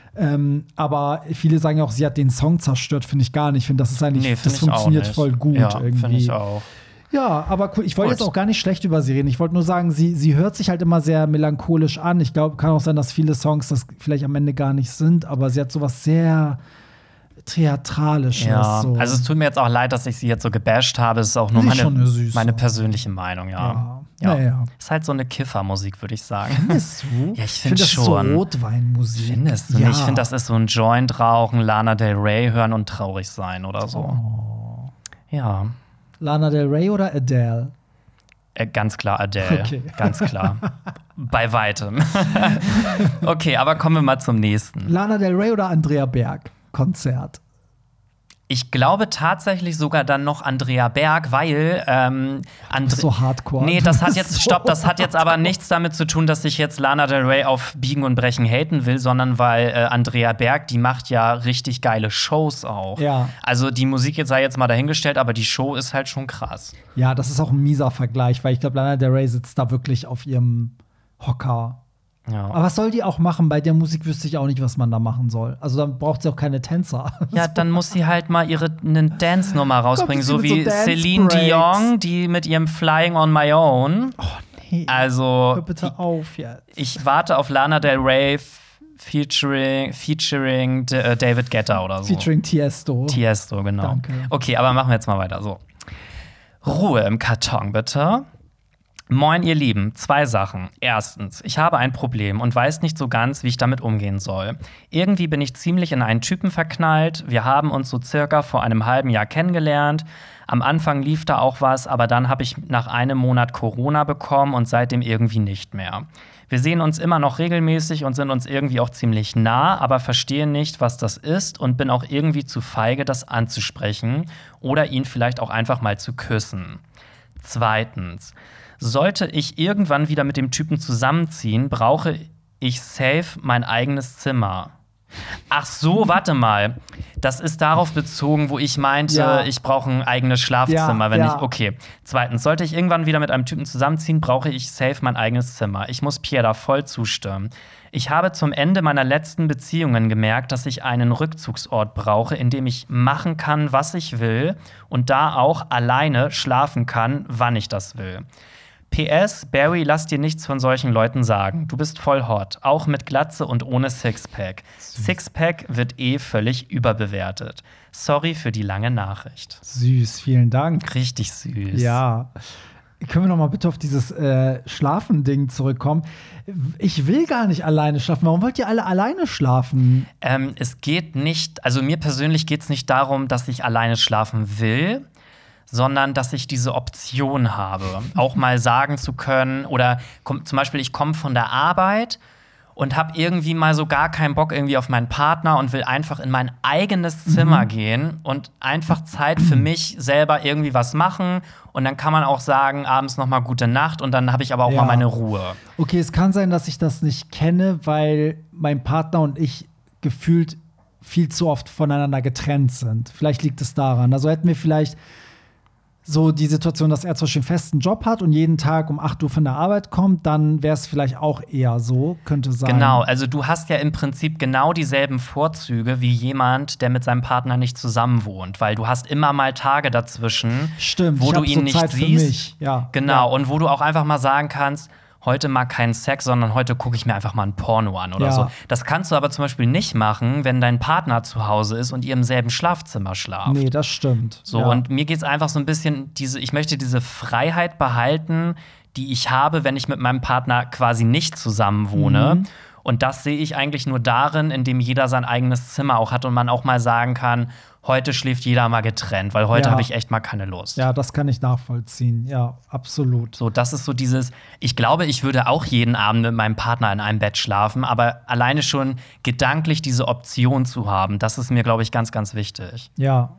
Aber viele sagen ja auch, sie hat den Song zerstört, finde ich gar nicht. Ich finde, das ist eigentlich, Nee, find das ich auch funktioniert nicht. voll gut Ja, irgendwie. finde ich auch. Ja, aber cool. Ich wollte Gut. jetzt auch gar nicht schlecht über sie reden. Ich wollte nur sagen, sie hört sich halt immer sehr melancholisch an. Ich glaube, kann auch sein, dass viele Songs das vielleicht am Ende gar nicht sind, aber sie hat sowas sehr Theatralisches. Ja, so. also es tut mir jetzt auch leid, dass ich sie jetzt so gebasht habe. Es ist auch nur Sie ist schon eine Süße. meine persönliche Meinung, ja. Ja. Naja. Ist halt so eine Kiffermusik, würde ich sagen. Findest du? Ja, ich finde, find das ist schon. so Rotweinmusik. Findest du ja. nicht? Ich finde, das ist so ein Joint rauchen, Lana Del Rey hören und traurig sein oder so. Oh. Ja, Lana Del Rey oder Adele? ganz klar Adele. Okay. Ganz klar. Bei weitem. Okay, aber kommen wir mal zum nächsten. Lana Del Rey oder Andrea Berg? Konzert. Ich glaube tatsächlich sogar dann noch Andrea Berg, weil So hardcore. Nee, das hat jetzt, So stopp, das hat jetzt aber nichts damit zu tun, dass ich jetzt Lana Del Rey auf Biegen und Brechen haten will, sondern weil Andrea Berg, die macht ja richtig geile Shows auch. Ja. Also die Musik jetzt sei jetzt mal dahingestellt, aber die Show ist halt schon krass. Ja, das ist auch ein mieser Vergleich, weil ich glaube, Lana Del Rey sitzt da wirklich auf ihrem Hocker. Ja. Aber was soll die auch machen? Bei der Musik wüsste ich auch nicht, was man da machen soll. Also dann braucht sie auch keine Tänzer. Ja, dann muss sie halt mal eine Dance-Nummer rausbringen, so Kommt sie mit wie so Celine Dance-Breaks. Dion, die mit ihrem Flying on My Own. Oh nee. Also, Hör bitte auf jetzt. ich warte auf Lana Del Rey featuring David Guetta oder so. Featuring Tiesto. Tiesto, genau. Danke. Okay, aber machen wir jetzt mal weiter. So. Ruhe im Karton, bitte. Moin, ihr Lieben. 2 Sachen. Erstens, ich habe ein Problem und weiß nicht so ganz, wie ich damit umgehen soll. Irgendwie bin ich ziemlich in einen Typen verknallt. Wir haben uns so circa vor einem halben Jahr kennengelernt. Am Anfang lief da auch was, aber dann habe ich nach einem Monat Corona bekommen und seitdem irgendwie nicht mehr. Wir sehen uns immer noch regelmäßig und sind uns irgendwie auch ziemlich nah, aber verstehen nicht, was das ist und bin auch irgendwie zu feige, das anzusprechen oder ihn vielleicht auch einfach mal zu küssen. Zweitens, sollte ich irgendwann wieder mit dem Typen zusammenziehen, brauche ich safe mein eigenes Zimmer. Ach so, warte mal. Das ist darauf bezogen, wo ich meinte, ich brauche ein eigenes Schlafzimmer. Okay. Zweitens, sollte ich irgendwann wieder mit einem Typen zusammenziehen, brauche ich safe mein eigenes Zimmer. Ich muss Pierre da voll zustimmen. Ich habe zum Ende meiner letzten Beziehungen gemerkt, dass ich einen Rückzugsort brauche, in dem ich machen kann, was ich will und da auch alleine schlafen kann, wann ich das will. PS, Barry, lass dir nichts von solchen Leuten sagen. Du bist voll hot, auch mit Glatze und ohne Sixpack. Sixpack wird völlig überbewertet. Sorry für die lange Nachricht. Süß, vielen Dank. Richtig süß. Ja. Können wir noch mal bitte auf dieses Schlafen-Ding zurückkommen? Ich will gar nicht alleine schlafen. Warum wollt ihr alle alleine schlafen? Es geht nicht, also mir persönlich geht es nicht darum, dass ich alleine schlafen will, sondern dass ich diese Option habe, auch mal sagen zu können oder zum Beispiel, ich komme von der Arbeit und habe irgendwie mal so gar keinen Bock irgendwie auf meinen Partner und will einfach in mein eigenes Zimmer gehen und einfach Zeit für mich selber irgendwie was machen. Und dann kann man auch sagen, abends noch mal gute Nacht und dann habe ich aber auch mal meine Ruhe. Okay, es kann sein, dass ich das nicht kenne, weil mein Partner und ich gefühlt viel zu oft voneinander getrennt sind. Vielleicht liegt es daran. Also hätten wir vielleicht so die Situation, dass er zum Beispiel einen festen Job hat und jeden Tag um 8 Uhr von der Arbeit kommt, dann wäre es vielleicht auch eher so, könnte sein. Genau, also du hast ja im Prinzip genau dieselben Vorzüge wie jemand, der mit seinem Partner nicht zusammen wohnt, weil du hast immer mal Tage dazwischen, wo du ihn nicht Zeit siehst. Für mich. Ja. Genau, und wo du auch einfach mal sagen kannst, heute mal keinen Sex, sondern heute gucke ich mir einfach mal ein Porno an oder so. Das kannst du aber zum Beispiel nicht machen, wenn dein Partner zu Hause ist und ihr im selben Schlafzimmer schlaft. Nee, das stimmt. So, und mir geht's einfach so ein bisschen, ich möchte diese Freiheit behalten, die ich habe, wenn ich mit meinem Partner quasi nicht zusammen wohne. Und das sehe ich eigentlich nur darin, indem jeder sein eigenes Zimmer auch hat und man auch mal sagen kann, heute schläft jeder mal getrennt, weil heute habe ich echt mal keine Lust. Ja, das kann ich nachvollziehen. Ja, absolut. So, das ist so dieses, ich glaube, ich würde auch jeden Abend mit meinem Partner in einem Bett schlafen, aber alleine schon gedanklich diese Option zu haben, das ist mir, glaube ich, ganz, ganz wichtig. Ja,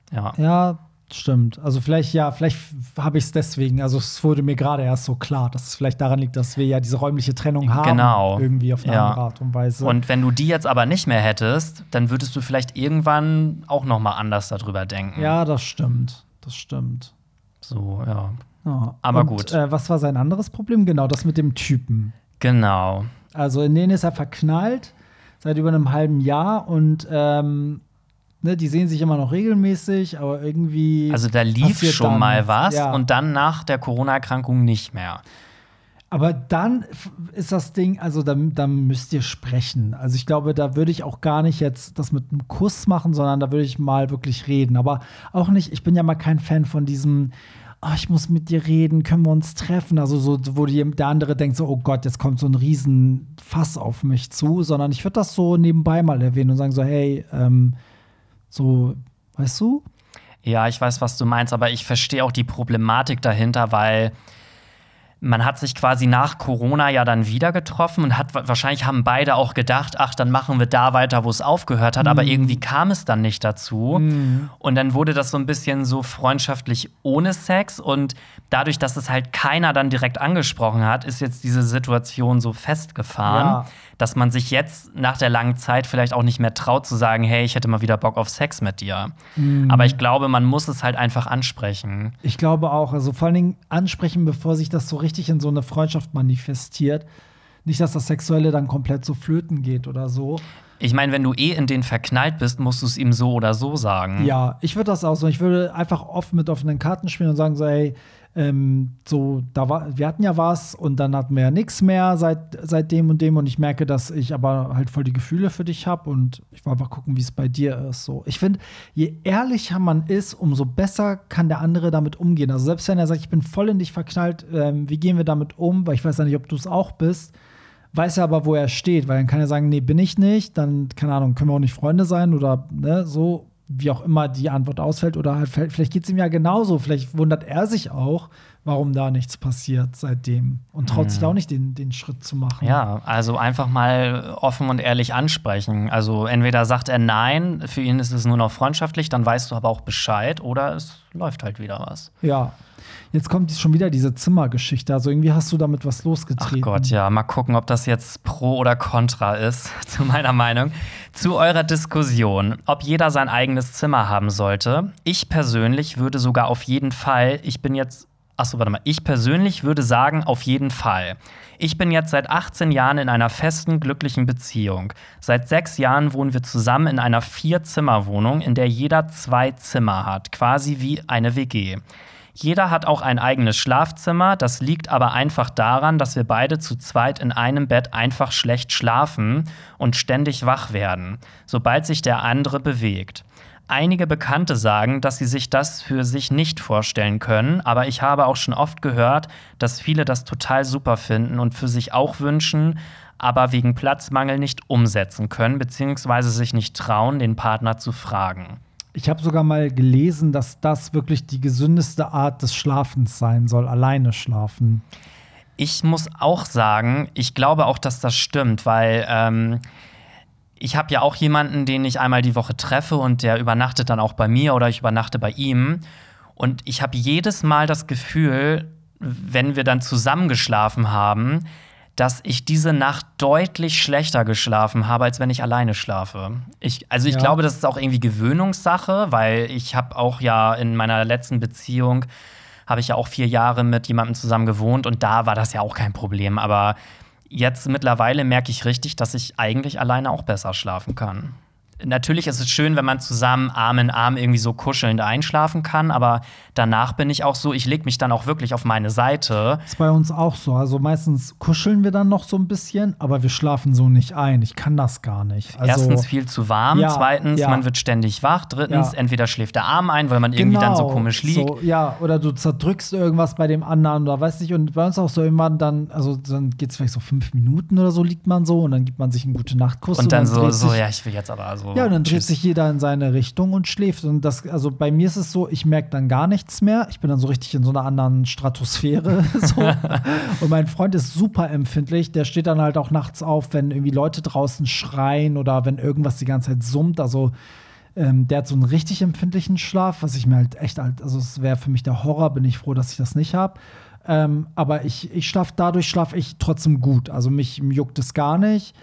stimmt. Also vielleicht habe ich es deswegen, also es wurde mir gerade erst so klar, dass es vielleicht daran liegt, dass wir ja diese räumliche Trennung haben. Genau. Irgendwie auf eine andere Art und Weise. Und wenn du die jetzt aber nicht mehr hättest, dann würdest du vielleicht irgendwann auch noch mal anders darüber denken. Ja, das stimmt. Das stimmt. So, ja. Aber und, gut. Was war sein anderes Problem? Genau, das mit dem Typen. Genau. Also in den ist er verknallt seit über einem halben Jahr und die sehen sich immer noch regelmäßig, aber irgendwie. Also da lief schon mal was und dann nach der Corona-Erkrankung nicht mehr. Aber dann ist das Ding, also da müsst ihr sprechen. Also ich glaube, da würde ich auch gar nicht jetzt das mit einem Kuss machen, sondern da würde ich mal wirklich reden. Aber auch nicht, ich bin ja mal kein Fan von diesem, ich muss mit dir reden, können wir uns treffen? Also so, wo der andere denkt so, oh Gott, jetzt kommt so ein Riesenfass auf mich zu. Sondern ich würde das so nebenbei mal erwähnen und sagen so, hey, so, weißt du? Ja, ich weiß, was du meinst, aber ich verstehe auch die Problematik dahinter, weil man hat sich quasi nach Corona ja dann wieder getroffen und wahrscheinlich haben beide auch gedacht, ach, dann machen wir da weiter, wo es aufgehört hat, aber irgendwie kam es dann nicht dazu. Und dann wurde das so ein bisschen so freundschaftlich ohne Sex und dadurch, dass es halt keiner dann direkt angesprochen hat, ist jetzt diese Situation so festgefahren, dass man sich jetzt nach der langen Zeit vielleicht auch nicht mehr traut zu sagen, hey, ich hätte mal wieder Bock auf Sex mit dir. Aber ich glaube, man muss es halt einfach ansprechen. Ich glaube auch, also vor allen Dingen ansprechen, bevor sich das so richtig in so eine Freundschaft manifestiert. Nicht, dass das Sexuelle dann komplett so flöten geht oder so. Ich meine, wenn du in den verknallt bist, musst du es ihm so oder so sagen. Ja, ich würde das auch so. Ich würde einfach offen mit offenen Karten spielen und sagen so, hey, wir hatten ja was und dann hatten wir ja nichts mehr seit dem und dem und ich merke, dass ich aber halt voll die Gefühle für dich habe und ich will einfach gucken, wie es bei dir ist. So. Ich finde, je ehrlicher man ist, umso besser kann der andere damit umgehen. Also selbst wenn er sagt, ich bin voll in dich verknallt, wie gehen wir damit um? Weil ich weiß ja nicht, ob du es auch bist. Weiß er aber, wo er steht, weil dann kann er sagen, nee, bin ich nicht, dann, keine Ahnung, können wir auch nicht Freunde sein oder so, wie auch immer die Antwort ausfällt. Oder halt, vielleicht geht es ihm ja genauso, vielleicht wundert er sich auch, warum da nichts passiert seitdem und traut sich auch nicht, den Schritt zu machen. Ja, also einfach mal offen und ehrlich ansprechen. Also entweder sagt er nein, für ihn ist es nur noch freundschaftlich, dann weißt du aber auch Bescheid, oder es läuft halt wieder was. Ja. Jetzt kommt schon wieder diese Zimmergeschichte. Also irgendwie hast du damit was losgetreten. Ach Gott, ja. Mal gucken, ob das jetzt pro oder contra ist, zu meiner Meinung. Zu eurer Diskussion, ob jeder sein eigenes Zimmer haben sollte. Ich persönlich würde sogar auf jeden Fall, ich persönlich würde sagen, auf jeden Fall. Ich bin jetzt seit 18 Jahren in einer festen, glücklichen Beziehung. Seit 6 Jahren wohnen wir zusammen in einer 4-Zimmer-Wohnung, in der jeder 2 Zimmer hat, quasi wie eine WG. Jeder hat auch ein eigenes Schlafzimmer, das liegt aber einfach daran, dass wir beide zu zweit in einem Bett einfach schlecht schlafen und ständig wach werden, sobald sich der andere bewegt. Einige Bekannte sagen, dass sie sich das für sich nicht vorstellen können, aber ich habe auch schon oft gehört, dass viele das total super finden und für sich auch wünschen, aber wegen Platzmangel nicht umsetzen können, beziehungsweise sich nicht trauen, den Partner zu fragen. Ich habe sogar mal gelesen, dass das wirklich die gesündeste Art des Schlafens sein soll, alleine schlafen. Ich muss auch sagen, ich glaube auch, dass das stimmt, weil ich habe ja auch jemanden, den ich einmal die Woche treffe und der übernachtet dann auch bei mir oder ich übernachte bei ihm. Und ich habe jedes Mal das Gefühl, wenn wir dann zusammen geschlafen haben, dass ich diese Nacht deutlich schlechter geschlafen habe, als wenn ich alleine schlafe. Ich glaube, das ist auch irgendwie Gewöhnungssache, weil ich habe auch ja in meiner letzten Beziehung habe ich ja auch 4 Jahre mit jemandem zusammen gewohnt und da war das ja auch kein Problem. Aber jetzt mittlerweile merke ich richtig, dass ich eigentlich alleine auch besser schlafen kann. Natürlich ist es schön, wenn man zusammen Arm in Arm irgendwie so kuschelnd einschlafen kann, aber danach bin ich auch so, ich lege mich dann auch wirklich auf meine Seite. Das ist bei uns auch so. Also meistens kuscheln wir dann noch so ein bisschen, aber wir schlafen so nicht ein. Ich kann das gar nicht. Also, erstens viel zu warm, zweitens, man wird ständig wach, drittens, entweder schläft der Arm ein, weil man irgendwie dann so komisch liegt. So, ja, oder du zerdrückst irgendwas bei dem anderen oder weiß nicht. Und bei uns auch so irgendwann dann geht es vielleicht so 5 Minuten oder so, liegt man so und dann gibt man sich einen Gute-Nacht-Kuss. Und dann ich will jetzt aber so. Ja, und dann dreht sich jeder in seine Richtung und schläft. Und das, also bei mir ist es so, ich merke dann gar nichts mehr. Ich bin dann so richtig in so einer anderen Stratosphäre. So. Und mein Freund ist super empfindlich. Der steht dann halt auch nachts auf, wenn irgendwie Leute draußen schreien oder wenn irgendwas die ganze Zeit summt. Also der hat so einen richtig empfindlichen Schlaf, was ich mir halt echt also es wäre für mich der Horror, bin ich froh, dass ich das nicht habe. Aber dadurch schlafe ich trotzdem gut. Also mich juckt es gar nicht.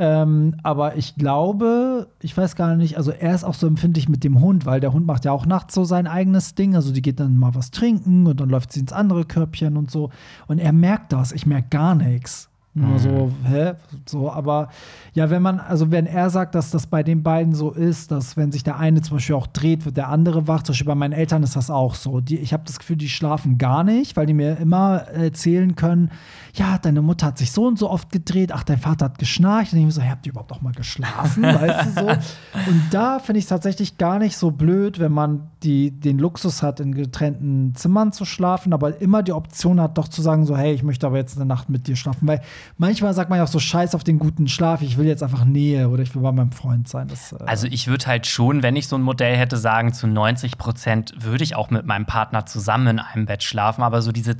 Aber ich glaube, ich weiß gar nicht, also er ist auch so empfindlich mit dem Hund, weil der Hund macht ja auch nachts so sein eigenes Ding. Also die geht dann mal was trinken und dann läuft sie ins andere Körbchen und so. Und er merkt das, ich merke gar nichts. Nur so, so, aber ja, wenn er sagt, dass das bei den beiden so ist, dass wenn sich der eine zum Beispiel auch dreht, wird der andere wach. Zum Beispiel bei meinen Eltern ist das auch so. Ich habe das Gefühl, die schlafen gar nicht, weil die mir immer erzählen können, ja, deine Mutter hat sich so und so oft gedreht, ach, dein Vater hat geschnarcht. Und ich so, habt ihr überhaupt noch mal geschlafen? Weißt du so? Und da finde ich es tatsächlich gar nicht so blöd, wenn man den Luxus hat, in getrennten Zimmern zu schlafen, aber immer die Option hat, doch zu sagen, so, hey, ich möchte aber jetzt eine Nacht mit dir schlafen, weil manchmal sagt man ja auch so, scheiß auf den guten Schlaf, ich will jetzt einfach Nähe oder ich will bei meinem Freund sein. Also ich würde halt schon, wenn ich so ein Modell hätte, sagen, zu 90% würde ich auch mit meinem Partner zusammen in einem Bett schlafen, aber so diese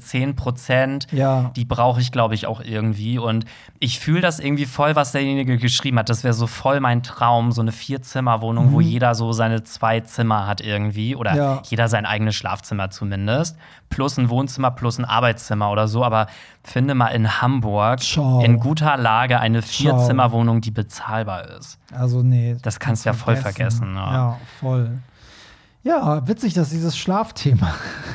10%, die brauche ich, glaube ich, auch irgendwie. Und ich fühle das irgendwie voll, was derjenige geschrieben hat. Das wäre so voll mein Traum, so eine 4-Zimmer-Wohnung, wo jeder so seine 2 Zimmer hat irgendwie oder jeder sein eigenes Schlafzimmer zumindest. Plus ein Wohnzimmer, plus ein Arbeitszimmer oder so. Aber finde mal in Hamburg in guter Lage eine 4-Zimmer-Wohnung, die bezahlbar ist. Also nee. Das kannst du ja voll vergessen. Ja, voll. Ja, witzig, dass dieses Schlafthema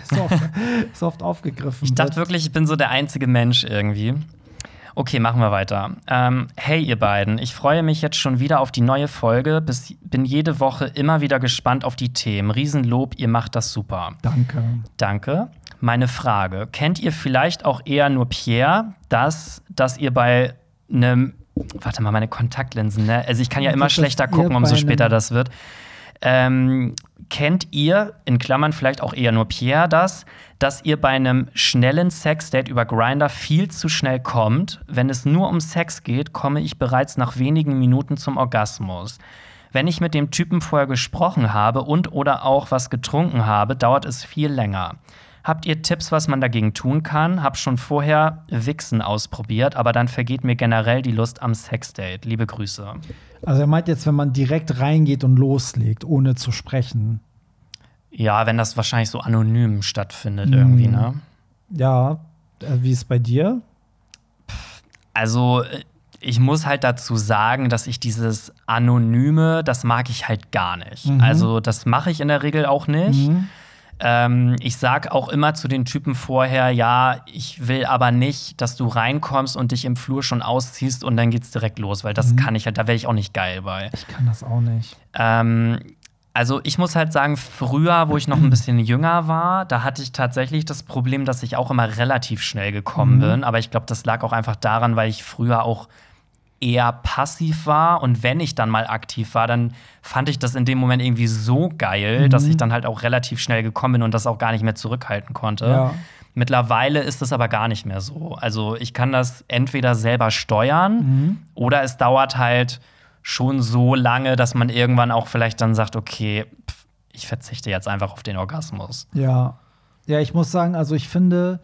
so oft aufgegriffen wird. Ich dachte wirklich, ich bin so der einzige Mensch irgendwie. Okay, machen wir weiter. Hey, ihr beiden, ich freue mich jetzt schon wieder auf die neue Folge. Bin jede Woche immer wieder gespannt auf die Themen. Riesenlob, ihr macht das super. Danke. Meine Frage: Kennt ihr vielleicht auch eher nur Pierre, dass ihr bei einem warte mal, meine Kontaktlinsen, ne? Also ich kann ja immer schlechter gucken, umso später das wird. Kennt ihr, in Klammern vielleicht auch eher nur Pierre, dass ihr bei einem schnellen Sexdate über Grindr viel zu schnell kommt? Wenn es nur um Sex geht, komme ich bereits nach wenigen Minuten zum Orgasmus. Wenn ich mit dem Typen vorher gesprochen habe oder auch was getrunken habe, dauert es viel länger. Habt ihr Tipps, was man dagegen tun kann? Hab schon vorher Wichsen ausprobiert, aber dann vergeht mir generell die Lust am Sexdate. Liebe Grüße. Also er meint jetzt, wenn man direkt reingeht und loslegt, ohne zu sprechen. Ja, wenn das wahrscheinlich so anonym stattfindet irgendwie, ne? Ja, wie ist es bei dir? Also ich muss halt dazu sagen, dass ich dieses Anonyme, das mag ich halt gar nicht. Also das mache ich in der Regel auch nicht. Ich sag auch immer zu den Typen vorher, ja, ich will aber nicht, dass du reinkommst und dich im Flur schon ausziehst und dann geht's direkt los, weil das kann ich halt, da wäre ich auch nicht geil bei. Ich kann das auch nicht. Also ich muss halt sagen, früher, wo ich noch ein bisschen jünger war, da hatte ich tatsächlich das Problem, dass ich auch immer relativ schnell gekommen bin. Aber ich glaube, das lag auch einfach daran, weil ich früher auch eher passiv war. Und wenn ich dann mal aktiv war, dann fand ich das in dem Moment irgendwie so geil, dass ich dann halt auch relativ schnell gekommen bin und das auch gar nicht mehr zurückhalten konnte. Ja. Mittlerweile ist das aber gar nicht mehr so. Also ich kann das entweder selber steuern oder es dauert halt schon so lange, dass man irgendwann auch vielleicht dann sagt, okay, ich verzichte jetzt einfach auf den Orgasmus. Ja. Ja, ich muss sagen, also ich finde,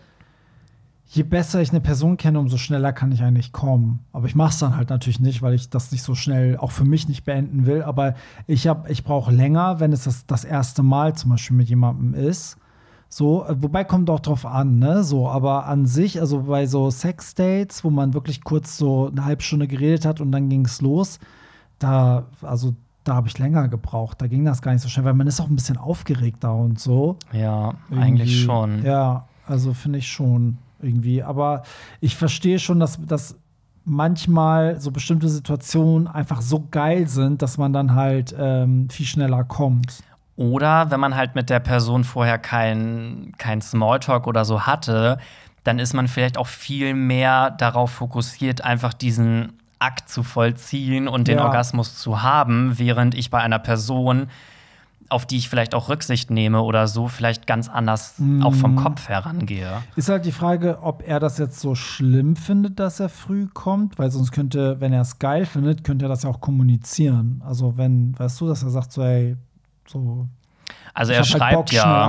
je besser ich eine Person kenne, umso schneller kann ich eigentlich kommen. Aber ich mache es dann halt natürlich nicht, weil ich das nicht so schnell auch für mich nicht beenden will. Aber ich brauche länger, wenn es das erste Mal zum Beispiel mit jemandem ist. So, wobei kommt auch drauf an, ne? So, aber an sich, also bei so Sex-Dates, wo man wirklich kurz so eine halbe Stunde geredet hat und dann ging es los, da habe ich länger gebraucht. Da ging das gar nicht so schnell, weil man ist auch ein bisschen aufgeregter und so. Ja, Irgendwie, eigentlich schon. Ja, also finde ich schon irgendwie. Aber ich verstehe schon, dass manchmal so bestimmte Situationen einfach so geil sind, dass man dann halt viel schneller kommt. Oder wenn man halt mit der Person vorher kein Smalltalk oder so hatte, dann ist man vielleicht auch viel mehr darauf fokussiert, einfach diesen Akt zu vollziehen und den Orgasmus zu haben, während ich bei einer Person, auf die ich vielleicht auch Rücksicht nehme oder so, vielleicht ganz anders auch vom Kopf herangehe. Ist halt die Frage, ob er das jetzt so schlimm findet, dass er früh kommt, weil sonst könnte, wenn er es geil findet, könnte er das ja auch kommunizieren. Also wenn, weißt du, dass er sagt so, ey, so. Also er schreibt halt Bock, ja,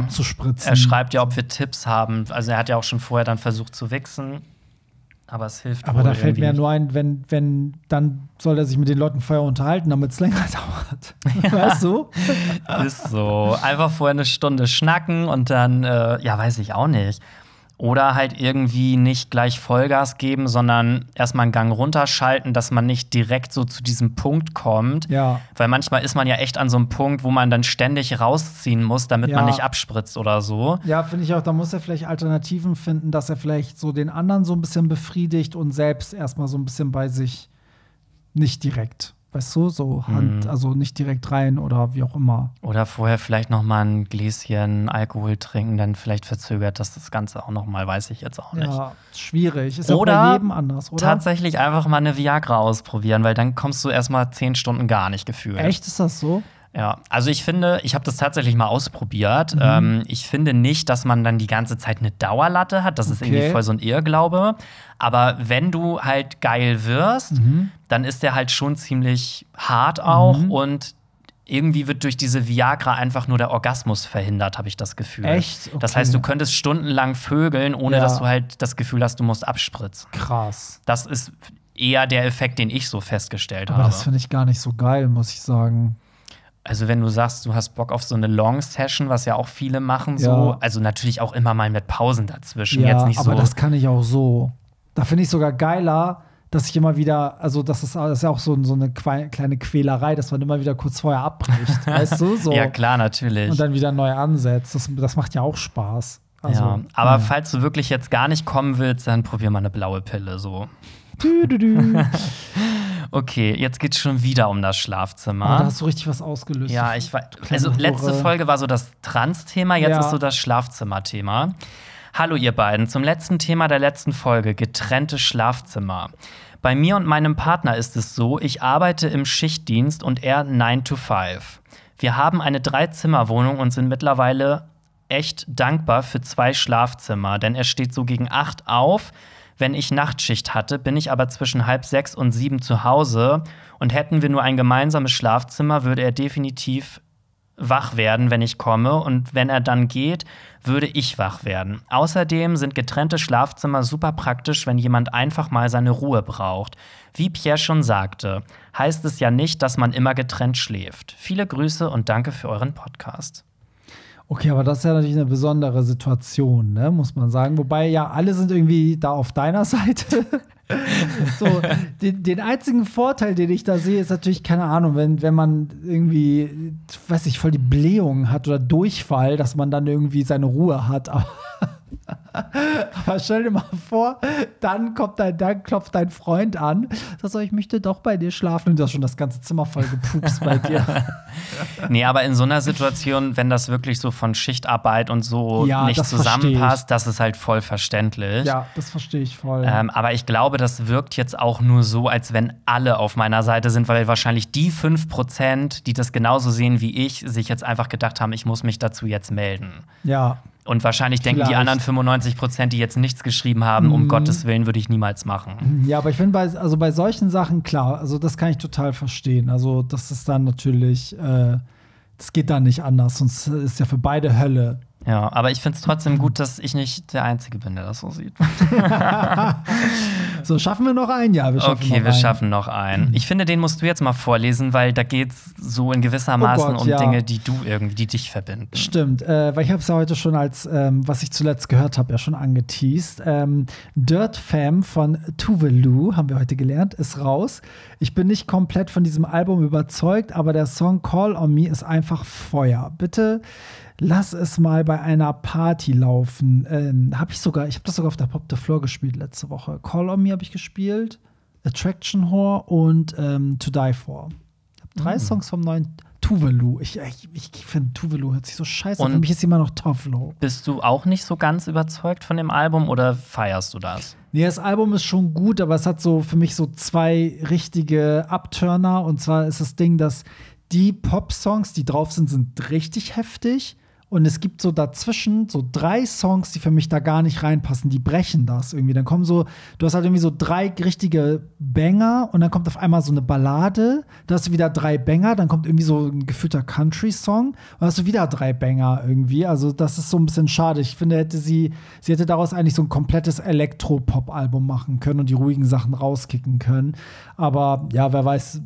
ob wir Tipps haben. Also er hat ja auch schon vorher dann versucht zu wichsen. Aber es hilft Aber da fällt mir ja nur ein, wenn dann soll er sich mit den Leuten vorher unterhalten, damit es länger dauert. Ja. Weißt du? Ist so. Einfach vorher eine Stunde schnacken und dann, weiß ich auch nicht. Oder halt irgendwie nicht gleich Vollgas geben, sondern erstmal einen Gang runterschalten, dass man nicht direkt so zu diesem Punkt kommt. Ja. Weil manchmal ist man ja echt an so einem Punkt, wo man dann ständig rausziehen muss, damit man nicht abspritzt oder so. Ja, finde ich auch. Da muss er vielleicht Alternativen finden, dass er vielleicht so den anderen so ein bisschen befriedigt und selbst erstmal so ein bisschen bei sich nicht direkt. Weißt du, so Hand, also nicht direkt rein oder wie auch immer. Oder vorher vielleicht noch mal ein Gläschen Alkohol trinken, dann vielleicht verzögert das Ganze auch noch mal, weiß ich jetzt auch nicht. Ja, schwierig. Ist ja bei jedem anders, oder? Tatsächlich einfach mal eine Viagra ausprobieren, weil dann kommst du erst mal 10 Stunden gar nicht gefühlt. Echt, ist das so? Ja, also ich finde, ich habe das tatsächlich mal ausprobiert. Ich finde nicht, dass man dann die ganze Zeit eine Dauerlatte hat. Das ist irgendwie voll so ein Irrglaube. Aber wenn du halt geil wirst, dann ist der halt schon ziemlich hart auch. Und irgendwie wird durch diese Viagra einfach nur der Orgasmus verhindert, habe ich das Gefühl. Echt? Okay. Das heißt, du könntest stundenlang vögeln, ohne dass du halt das Gefühl hast, du musst abspritzen. Krass. Das ist eher der Effekt, den ich so festgestellt habe. Aber das finde ich gar nicht so geil, muss ich sagen. Also wenn du sagst, du hast Bock auf so eine Long-Session, was ja auch viele machen, so, also natürlich auch immer mal mit Pausen dazwischen. Ja, jetzt nicht aber so. das kann ich auch so. Da finde ich sogar geiler, dass ich immer wieder, also das ist ja auch so eine kleine Quälerei, dass man immer wieder kurz vorher abbricht, weißt du? So. Ja, klar, natürlich. Und dann wieder neu ansetzt. Das macht ja auch Spaß. Also, ja, aber falls du wirklich jetzt gar nicht kommen willst, dann probier mal eine blaue Pille, so. Okay, jetzt geht's schon wieder um das Schlafzimmer. Oh, da hast du richtig was ausgelöst. Ja, ich weiß. Also, letzte Folge war so das Trans-Thema, jetzt ist so das Schlafzimmer-Thema. Hallo, ihr beiden. Zum letzten Thema der letzten Folge: getrennte Schlafzimmer. Bei mir und meinem Partner ist es so, ich arbeite im Schichtdienst und er 9 to 5. Wir haben eine 3-Zimmer-Wohnung und sind mittlerweile echt dankbar für 2 Schlafzimmer, denn er steht so gegen 8 auf. Wenn ich Nachtschicht hatte, bin ich aber zwischen 5:30 und 7 zu Hause. Und hätten wir nur ein gemeinsames Schlafzimmer, würde er definitiv wach werden, wenn ich komme. Und wenn er dann geht, würde ich wach werden. Außerdem sind getrennte Schlafzimmer super praktisch, wenn jemand einfach mal seine Ruhe braucht. Wie Pierre schon sagte, heißt es ja nicht, dass man immer getrennt schläft. Viele Grüße und danke für euren Podcast. Okay, aber das ist ja natürlich eine besondere Situation, ne, muss man sagen. Wobei ja alle sind irgendwie da auf deiner Seite. So, den einzigen Vorteil, den ich da sehe, ist natürlich, keine Ahnung, wenn man irgendwie, weiß ich, voll die Blähung hat oder Durchfall, dass man dann irgendwie seine Ruhe hat. Aber stell dir mal vor, dann klopft dein Freund an, sagt so, ich möchte doch bei dir schlafen und du hast schon das ganze Zimmer voll gepupst bei dir. Nee, aber in so einer Situation, wenn das wirklich so von Schichtarbeit und so nicht das zusammenpasst, das ist halt voll verständlich. Ja, das verstehe ich voll. Aber ich glaube, das wirkt jetzt auch nur so, als wenn alle auf meiner Seite sind, weil wahrscheinlich die 5%, die das genauso sehen wie ich, sich jetzt einfach gedacht haben, ich muss mich dazu jetzt melden. Ja. Und wahrscheinlich denken die anderen 95%, die jetzt nichts geschrieben haben, um Gottes Willen würde ich niemals machen. Ja, aber ich finde, bei solchen Sachen, klar, also das kann ich total verstehen. Also das ist dann natürlich, das geht dann nicht anders, sonst ist ja für beide Hölle. Ja, aber ich finde es trotzdem gut, dass ich nicht der Einzige bin, der das so sieht. So, schaffen wir noch einen? Ja, wir schaffen noch einen. Ich finde, den musst du jetzt mal vorlesen, weil da geht es so in gewissermaßen um Dinge, die dich verbinden. Stimmt, weil ich habe es ja heute schon als, was ich zuletzt gehört habe, ja schon angeteased. Dirt Fam von Tuvalu, haben wir heute gelernt, ist raus. Ich bin nicht komplett von diesem Album überzeugt, aber der Song Call on Me ist einfach Feuer. Bitte lass es mal bei einer Party laufen. Ich habe das sogar auf der Pop the Floor gespielt letzte Woche. Call on Me habe ich gespielt, Attraction Whore und To Die For. Ich habe 3 Songs vom neuen Tuvalu. Ich finde, Tuvalu hört sich so scheiße an. Für mich ist immer noch Tovlo. Bist du auch nicht so ganz überzeugt von dem Album oder feierst du das? Nee, das Album ist schon gut, aber es hat so für mich so 2 richtige Upturner. Und zwar ist das Ding, dass die Pop-Songs, die drauf sind richtig heftig. Und es gibt so dazwischen so 3 Songs, die für mich da gar nicht reinpassen. Die brechen das irgendwie. Dann kommen du hast halt irgendwie so 3 richtige Banger und dann kommt auf einmal so eine Ballade. Da hast du wieder 3 Banger. Dann kommt irgendwie so ein gefühlter Country-Song. Und dann hast du wieder 3 Banger irgendwie. Also das ist so ein bisschen schade. Ich finde, sie hätte daraus eigentlich so ein komplettes Elektro-Pop-Album machen können und die ruhigen Sachen rauskicken können. Aber ja, wer weiß,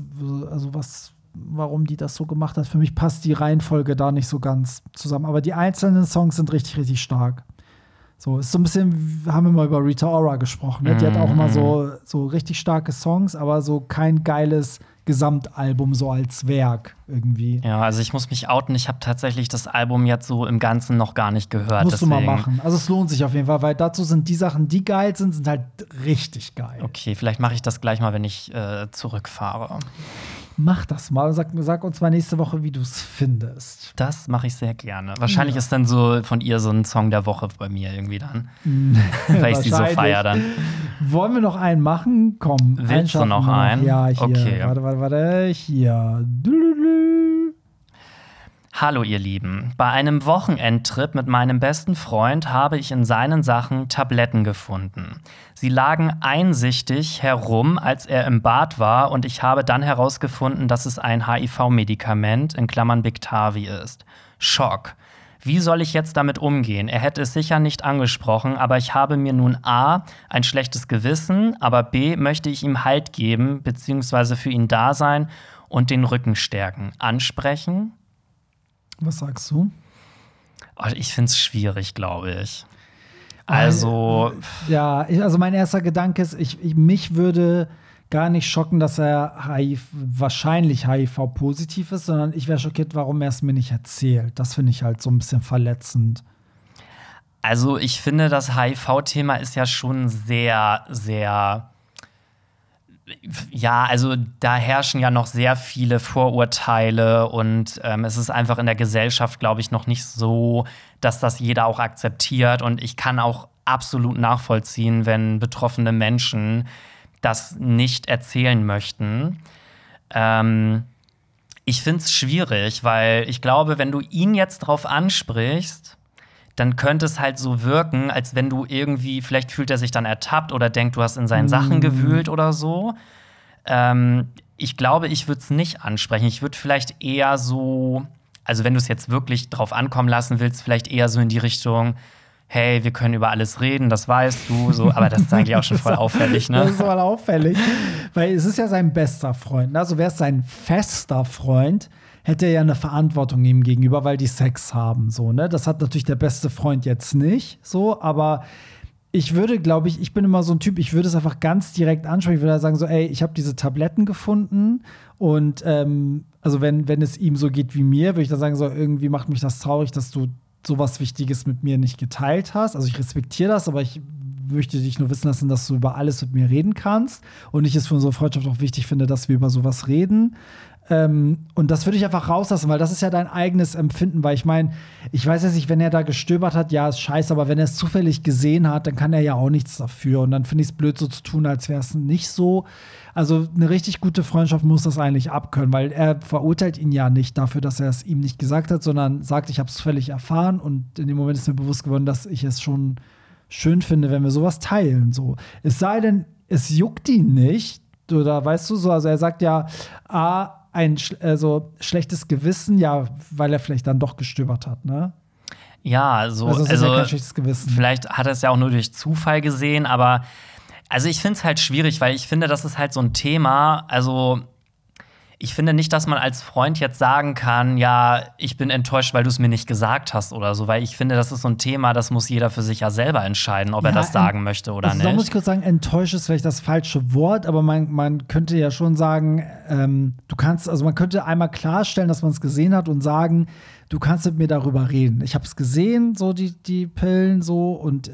warum die das so gemacht hat. Für mich passt die Reihenfolge da nicht so ganz zusammen. Aber die einzelnen Songs sind richtig, richtig stark. So, ist so ein bisschen, haben wir mal über Rita Ora gesprochen. Ne? Die hat auch immer so richtig starke Songs, aber so kein geiles Gesamtalbum so als Werk irgendwie. Ja, also ich muss mich outen. Ich habe tatsächlich das Album jetzt so im Ganzen noch gar nicht gehört. Musst du mal machen. Also es lohnt sich auf jeden Fall, weil dazu sind die Sachen, die geil sind halt richtig geil. Okay, vielleicht mache ich das gleich mal, wenn ich zurückfahre. Mach das mal. Sag uns mal nächste Woche, wie du es findest. Das mache ich sehr gerne. Wahrscheinlich ist dann so von ihr so ein Song der Woche bei mir irgendwie dann. Weil ich sie so feier dann. Wollen wir noch einen machen? Komm. Willst du noch einen? Ja, hier. Okay. Warte. Hier. Hallo ihr Lieben, bei einem Wochenendtrip mit meinem besten Freund habe ich in seinen Sachen Tabletten gefunden. Sie lagen einsichtig herum, als er im Bad war und ich habe dann herausgefunden, dass es ein HIV-Medikament in Klammern Biktarvy ist. Schock. Wie soll ich jetzt damit umgehen? Er hätte es sicher nicht angesprochen, aber ich habe mir nun A, ein schlechtes Gewissen, aber B, möchte ich ihm Halt geben, beziehungsweise für ihn da sein und den Rücken stärken. Ansprechen? Was sagst du? Oh, ich finde es schwierig, glaube ich. Also also mein erster Gedanke ist, mich würde gar nicht schocken, dass er wahrscheinlich HIV-positiv ist, sondern ich wäre schockiert, warum er es mir nicht erzählt. Das finde ich halt so ein bisschen verletzend. Also ich finde, das HIV-Thema ist ja schon sehr, sehr also da herrschen ja noch sehr viele Vorurteile und es ist einfach in der Gesellschaft, glaube ich, noch nicht so, dass das jeder auch akzeptiert. Und ich kann auch absolut nachvollziehen, wenn betroffene Menschen das nicht erzählen möchten. Ich finde es schwierig, weil ich glaube, wenn du ihn jetzt drauf ansprichst, dann könnte es halt so wirken, als wenn du irgendwie, vielleicht fühlt er sich dann ertappt oder denkt, du hast in seinen Sachen gewühlt oder so. Ich glaube, ich würde es nicht ansprechen. Ich würde vielleicht eher so, also wenn du es jetzt wirklich drauf ankommen lassen willst, vielleicht eher so in die Richtung, hey, wir können über alles reden, das weißt du, so, aber das ist eigentlich auch schon voll auffällig, ne? Das ist voll auffällig, weil es ist ja sein bester Freund. Also wäre es sein fester Freund, hätte er ja eine Verantwortung ihm gegenüber, weil die Sex haben, so, ne? Das hat natürlich der beste Freund jetzt nicht, so, aber Ich würde, glaube ich bin immer so ein Typ, ich würde es einfach ganz direkt ansprechen. Ich würde sagen so, ey, ich habe diese Tabletten gefunden und also wenn es ihm so geht wie mir, würde ich dann sagen so, irgendwie macht mich das traurig, dass du sowas Wichtiges mit mir nicht geteilt hast. Also ich respektiere das, aber ich möchte dich nur wissen lassen, dass du über alles mit mir reden kannst und ich es für unsere Freundschaft auch wichtig finde, dass wir über sowas reden. Und das würde ich einfach rauslassen, weil das ist ja dein eigenes Empfinden, weil ich meine, ich weiß jetzt nicht, wenn er da gestöbert hat, ja, ist scheiße, aber wenn er es zufällig gesehen hat, dann kann er ja auch nichts dafür und dann finde ich es blöd, so zu tun, als wäre es nicht so. Also eine richtig gute Freundschaft muss das eigentlich abkönnen, weil er verurteilt ihn ja nicht dafür, dass er es ihm nicht gesagt hat, sondern sagt, ich habe es zufällig erfahren und in dem Moment ist mir bewusst geworden, dass ich es schon schön finde, wenn wir sowas teilen. So. Es sei denn, es juckt ihn nicht, oder weißt du so, also er sagt ja, ein schlechtes Gewissen, ja, weil er vielleicht dann doch gestöbert hat, ne? Ja, also ja kein schlechtes Gewissen. Vielleicht hat er es ja auch nur durch Zufall gesehen, aber also ich finde es halt schwierig, weil ich finde, das ist halt so ein Thema, also ich finde nicht, dass man als Freund jetzt sagen kann, ja, ich bin enttäuscht, weil du es mir nicht gesagt hast oder so, weil ich finde, das ist so ein Thema, das muss jeder für sich ja selber entscheiden, ob er das sagen möchte oder nicht. Da muss ich kurz sagen, enttäuscht ist vielleicht das falsche Wort, aber man könnte ja schon sagen, man könnte einmal klarstellen, dass man es gesehen hat und sagen, du kannst mit mir darüber reden. Ich habe es gesehen, so die Pillen so und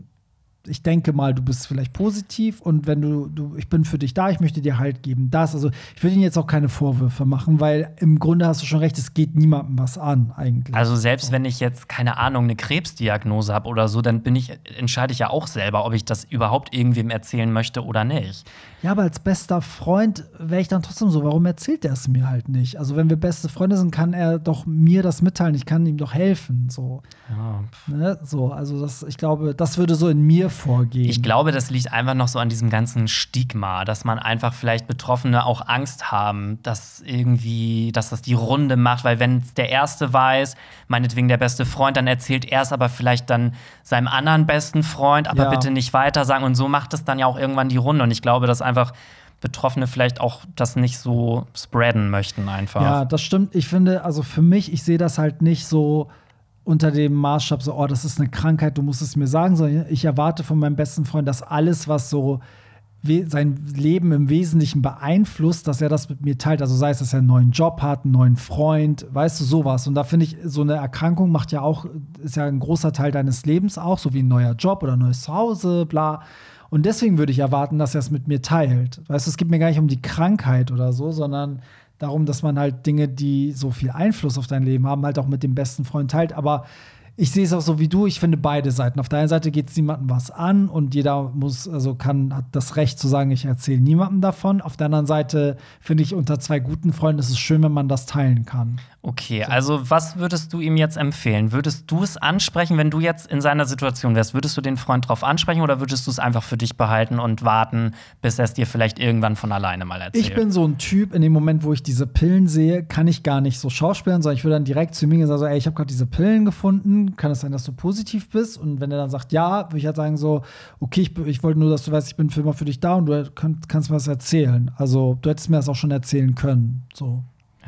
ich denke mal, du bist vielleicht positiv und wenn ich bin für dich da, ich möchte dir Halt geben. Also ich will Ihnen jetzt auch keine Vorwürfe machen, weil im Grunde hast du schon recht, es geht niemandem was an eigentlich. Also selbst wenn ich jetzt, keine Ahnung, eine Krebsdiagnose habe oder so, dann entscheide ich ja auch selber, ob ich das überhaupt irgendwem erzählen möchte oder nicht. Ja, aber als bester Freund wäre ich dann trotzdem so, warum erzählt er es mir halt nicht? Also wenn wir beste Freunde sind, kann er doch mir das mitteilen, ich kann ihm doch helfen. So. Ja. Ne? So, also ich glaube, das würde so in mir vorgehen. Ich glaube, das liegt einfach noch so an diesem ganzen Stigma, dass man einfach vielleicht Betroffene auch Angst haben, dass das die Runde macht, weil wenn es der Erste weiß, meinetwegen der beste Freund, dann erzählt er es aber vielleicht dann seinem anderen besten Freund, aber bitte nicht weiter sagen und so macht es dann ja auch irgendwann die Runde und ich glaube, dass einfach Betroffene vielleicht auch das nicht so spreaden möchten einfach. Ja, das stimmt. Ich finde, also für mich, ich sehe das halt nicht so unter dem Maßstab so, oh, das ist eine Krankheit, du musst es mir sagen, sondern ich erwarte von meinem besten Freund, dass alles, was so sein Leben im Wesentlichen beeinflusst, dass er das mit mir teilt. Also sei es, dass er einen neuen Job hat, einen neuen Freund, weißt du, sowas. Und da finde ich, so eine Erkrankung ist ja ein großer Teil deines Lebens auch, so wie ein neuer Job oder ein neues Zuhause, bla. Und deswegen würde ich erwarten, dass er es mit mir teilt. Weißt du, es geht mir gar nicht um die Krankheit oder so, sondern darum, dass man halt Dinge, die so viel Einfluss auf dein Leben haben, halt auch mit dem besten Freund teilt. Aber ich sehe es auch so wie du, ich finde beide Seiten. Auf der einen Seite geht es niemandem was an und jeder hat das Recht zu sagen, ich erzähle niemandem davon. Auf der anderen Seite finde ich, unter zwei guten Freunden ist es schön, wenn man das teilen kann. Okay, also was würdest du ihm jetzt empfehlen? Würdest du es ansprechen, wenn du jetzt in seiner Situation wärst? Würdest du den Freund drauf ansprechen oder würdest du es einfach für dich behalten und warten, bis er es dir vielleicht irgendwann von alleine mal erzählt? Ich bin so ein Typ, in dem Moment, wo ich diese Pillen sehe, kann ich gar nicht so schauspielern, sondern ich würde dann direkt zu ihm gehen und sagen so, ey, ich habe gerade diese Pillen gefunden, kann es sein, dass du positiv bist? Und wenn er dann sagt, ja, würde ich halt sagen so, okay, ich wollte nur, dass du weißt, ich bin für immer für dich da und du kannst mir das erzählen. Also du hättest mir das auch schon erzählen können. So.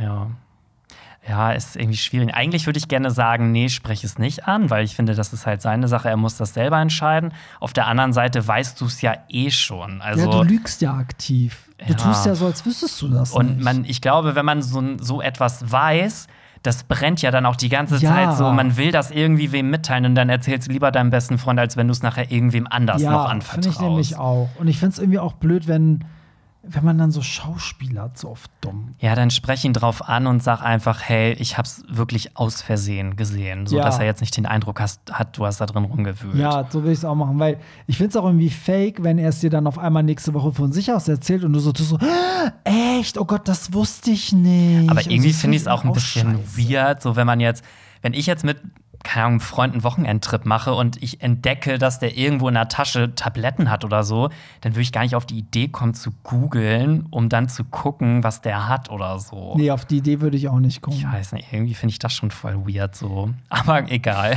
Ja, ist irgendwie schwierig. Eigentlich würde ich gerne sagen, nee, sprech es nicht an, weil ich finde, das ist halt seine Sache, er muss das selber entscheiden. Auf der anderen Seite weißt du es ja eh schon. Also, ja, du lügst ja aktiv. Du tust ja so, als wüsstest du das und nicht. Ich glaube, wenn man so etwas weiß, das brennt ja dann auch die ganze Zeit so. Man will das irgendwie wem mitteilen und dann erzählst du lieber deinem besten Freund, als wenn du es nachher irgendwem anders noch anvertraust. Ja, finde ich nämlich auch. Und ich finde es irgendwie auch blöd, wenn man dann so schauspielert, so oft dumm. Ja, dann sprech ihn drauf an und sag einfach, hey, ich hab's wirklich aus Versehen gesehen. So, dass er jetzt nicht den Eindruck hat, du hast da drin rumgewühlt. Ja, so will ich es auch machen, weil ich finde es auch irgendwie fake, wenn er es dir dann auf einmal nächste Woche von sich aus erzählt und du so tust so, echt? Oh Gott, das wusste ich nicht. Aber irgendwie finde ich es auch ein bisschen weird, so wenn ich jetzt mit keine Ahnung, einem Freund einen Wochenendtrip mache und ich entdecke, dass der irgendwo in der Tasche Tabletten hat oder so, dann würde ich gar nicht auf die Idee kommen zu googeln, um dann zu gucken, was der hat oder so. Nee, auf die Idee würde ich auch nicht kommen. Ich weiß nicht, irgendwie finde ich das schon voll weird so. Aber egal.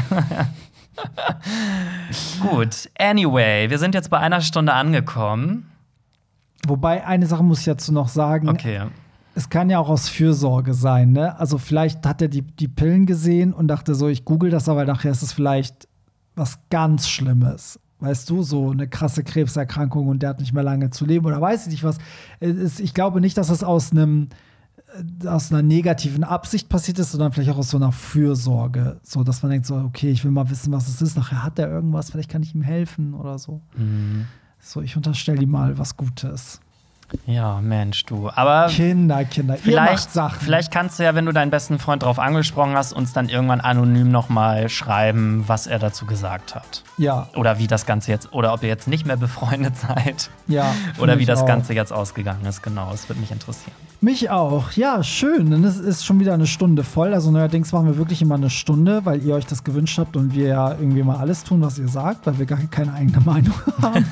Gut, anyway, wir sind jetzt bei 1 Stunde angekommen. Wobei, eine Sache muss ich dazu noch sagen. Okay. Es kann ja auch aus Fürsorge sein, ne? Also vielleicht hat er die Pillen gesehen und dachte so, ich google das, aber nachher ist es vielleicht was ganz Schlimmes. weißt du, so eine krasse Krebserkrankung und der hat nicht mehr lange zu leben oder weiß ich nicht was. Ich glaube nicht, dass das aus einer negativen Absicht passiert ist, sondern vielleicht auch aus so einer Fürsorge. So, dass man denkt so, okay, ich will mal wissen, was es ist. Nachher hat er irgendwas, vielleicht kann ich ihm helfen oder so. So, ich unterstelle ihm mal was Gutes. Ja, Mensch, du. Aber Kinder, ihr macht Sachen. Vielleicht kannst du ja, wenn du deinen besten Freund drauf angesprochen hast, uns dann irgendwann anonym nochmal schreiben, was er dazu gesagt hat. Ja. Oder wie das Ganze jetzt, oder ob ihr jetzt nicht mehr befreundet seid. Ja. Oder wie das Ganze jetzt ausgegangen ist, genau. Das würde mich interessieren. Mich auch. Ja, schön. Denn es ist schon wieder eine Stunde voll. Also neuerdings machen wir wirklich immer eine Stunde, weil ihr euch das gewünscht habt und wir ja irgendwie mal alles tun, was ihr sagt, weil wir gar keine eigene Meinung haben.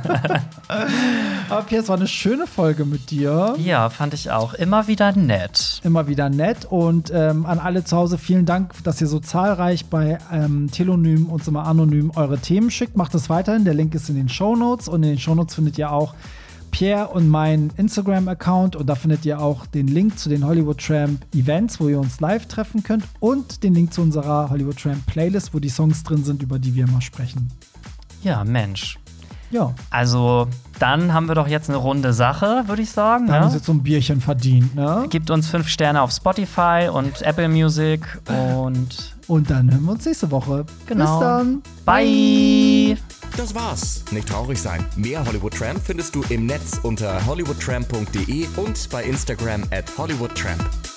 Aber Pierre, es war eine schöne Folge mit dir. Ja, fand ich auch. Immer wieder nett. Immer wieder nett. Und an alle zu Hause vielen Dank, dass ihr so zahlreich bei Telonym und immer anonym eure Themen schickt. Macht es weiterhin. Der Link ist in den Shownotes. Und in den Shownotes findet ihr auch Pierre und meinen Instagram-Account. Und da findet ihr auch den Link zu den Hollywood Tramp Events, wo ihr uns live treffen könnt. Und den Link zu unserer Hollywood Tramp Playlist, wo die Songs drin sind, über die wir immer sprechen. Ja, Mensch. Ja. Also, dann haben wir doch jetzt eine runde Sache, würde ich sagen. Da haben wir uns jetzt so ein Bierchen verdient, ne? Gebt uns 5 Sterne auf Spotify und Apple Music Und dann hören wir uns nächste Woche. Genau. Bis dann. Bye. Das war's. Nicht traurig sein. Mehr Hollywood Tramp findest du im Netz unter hollywoodtramp.de und bei Instagram @hollywoodtramp.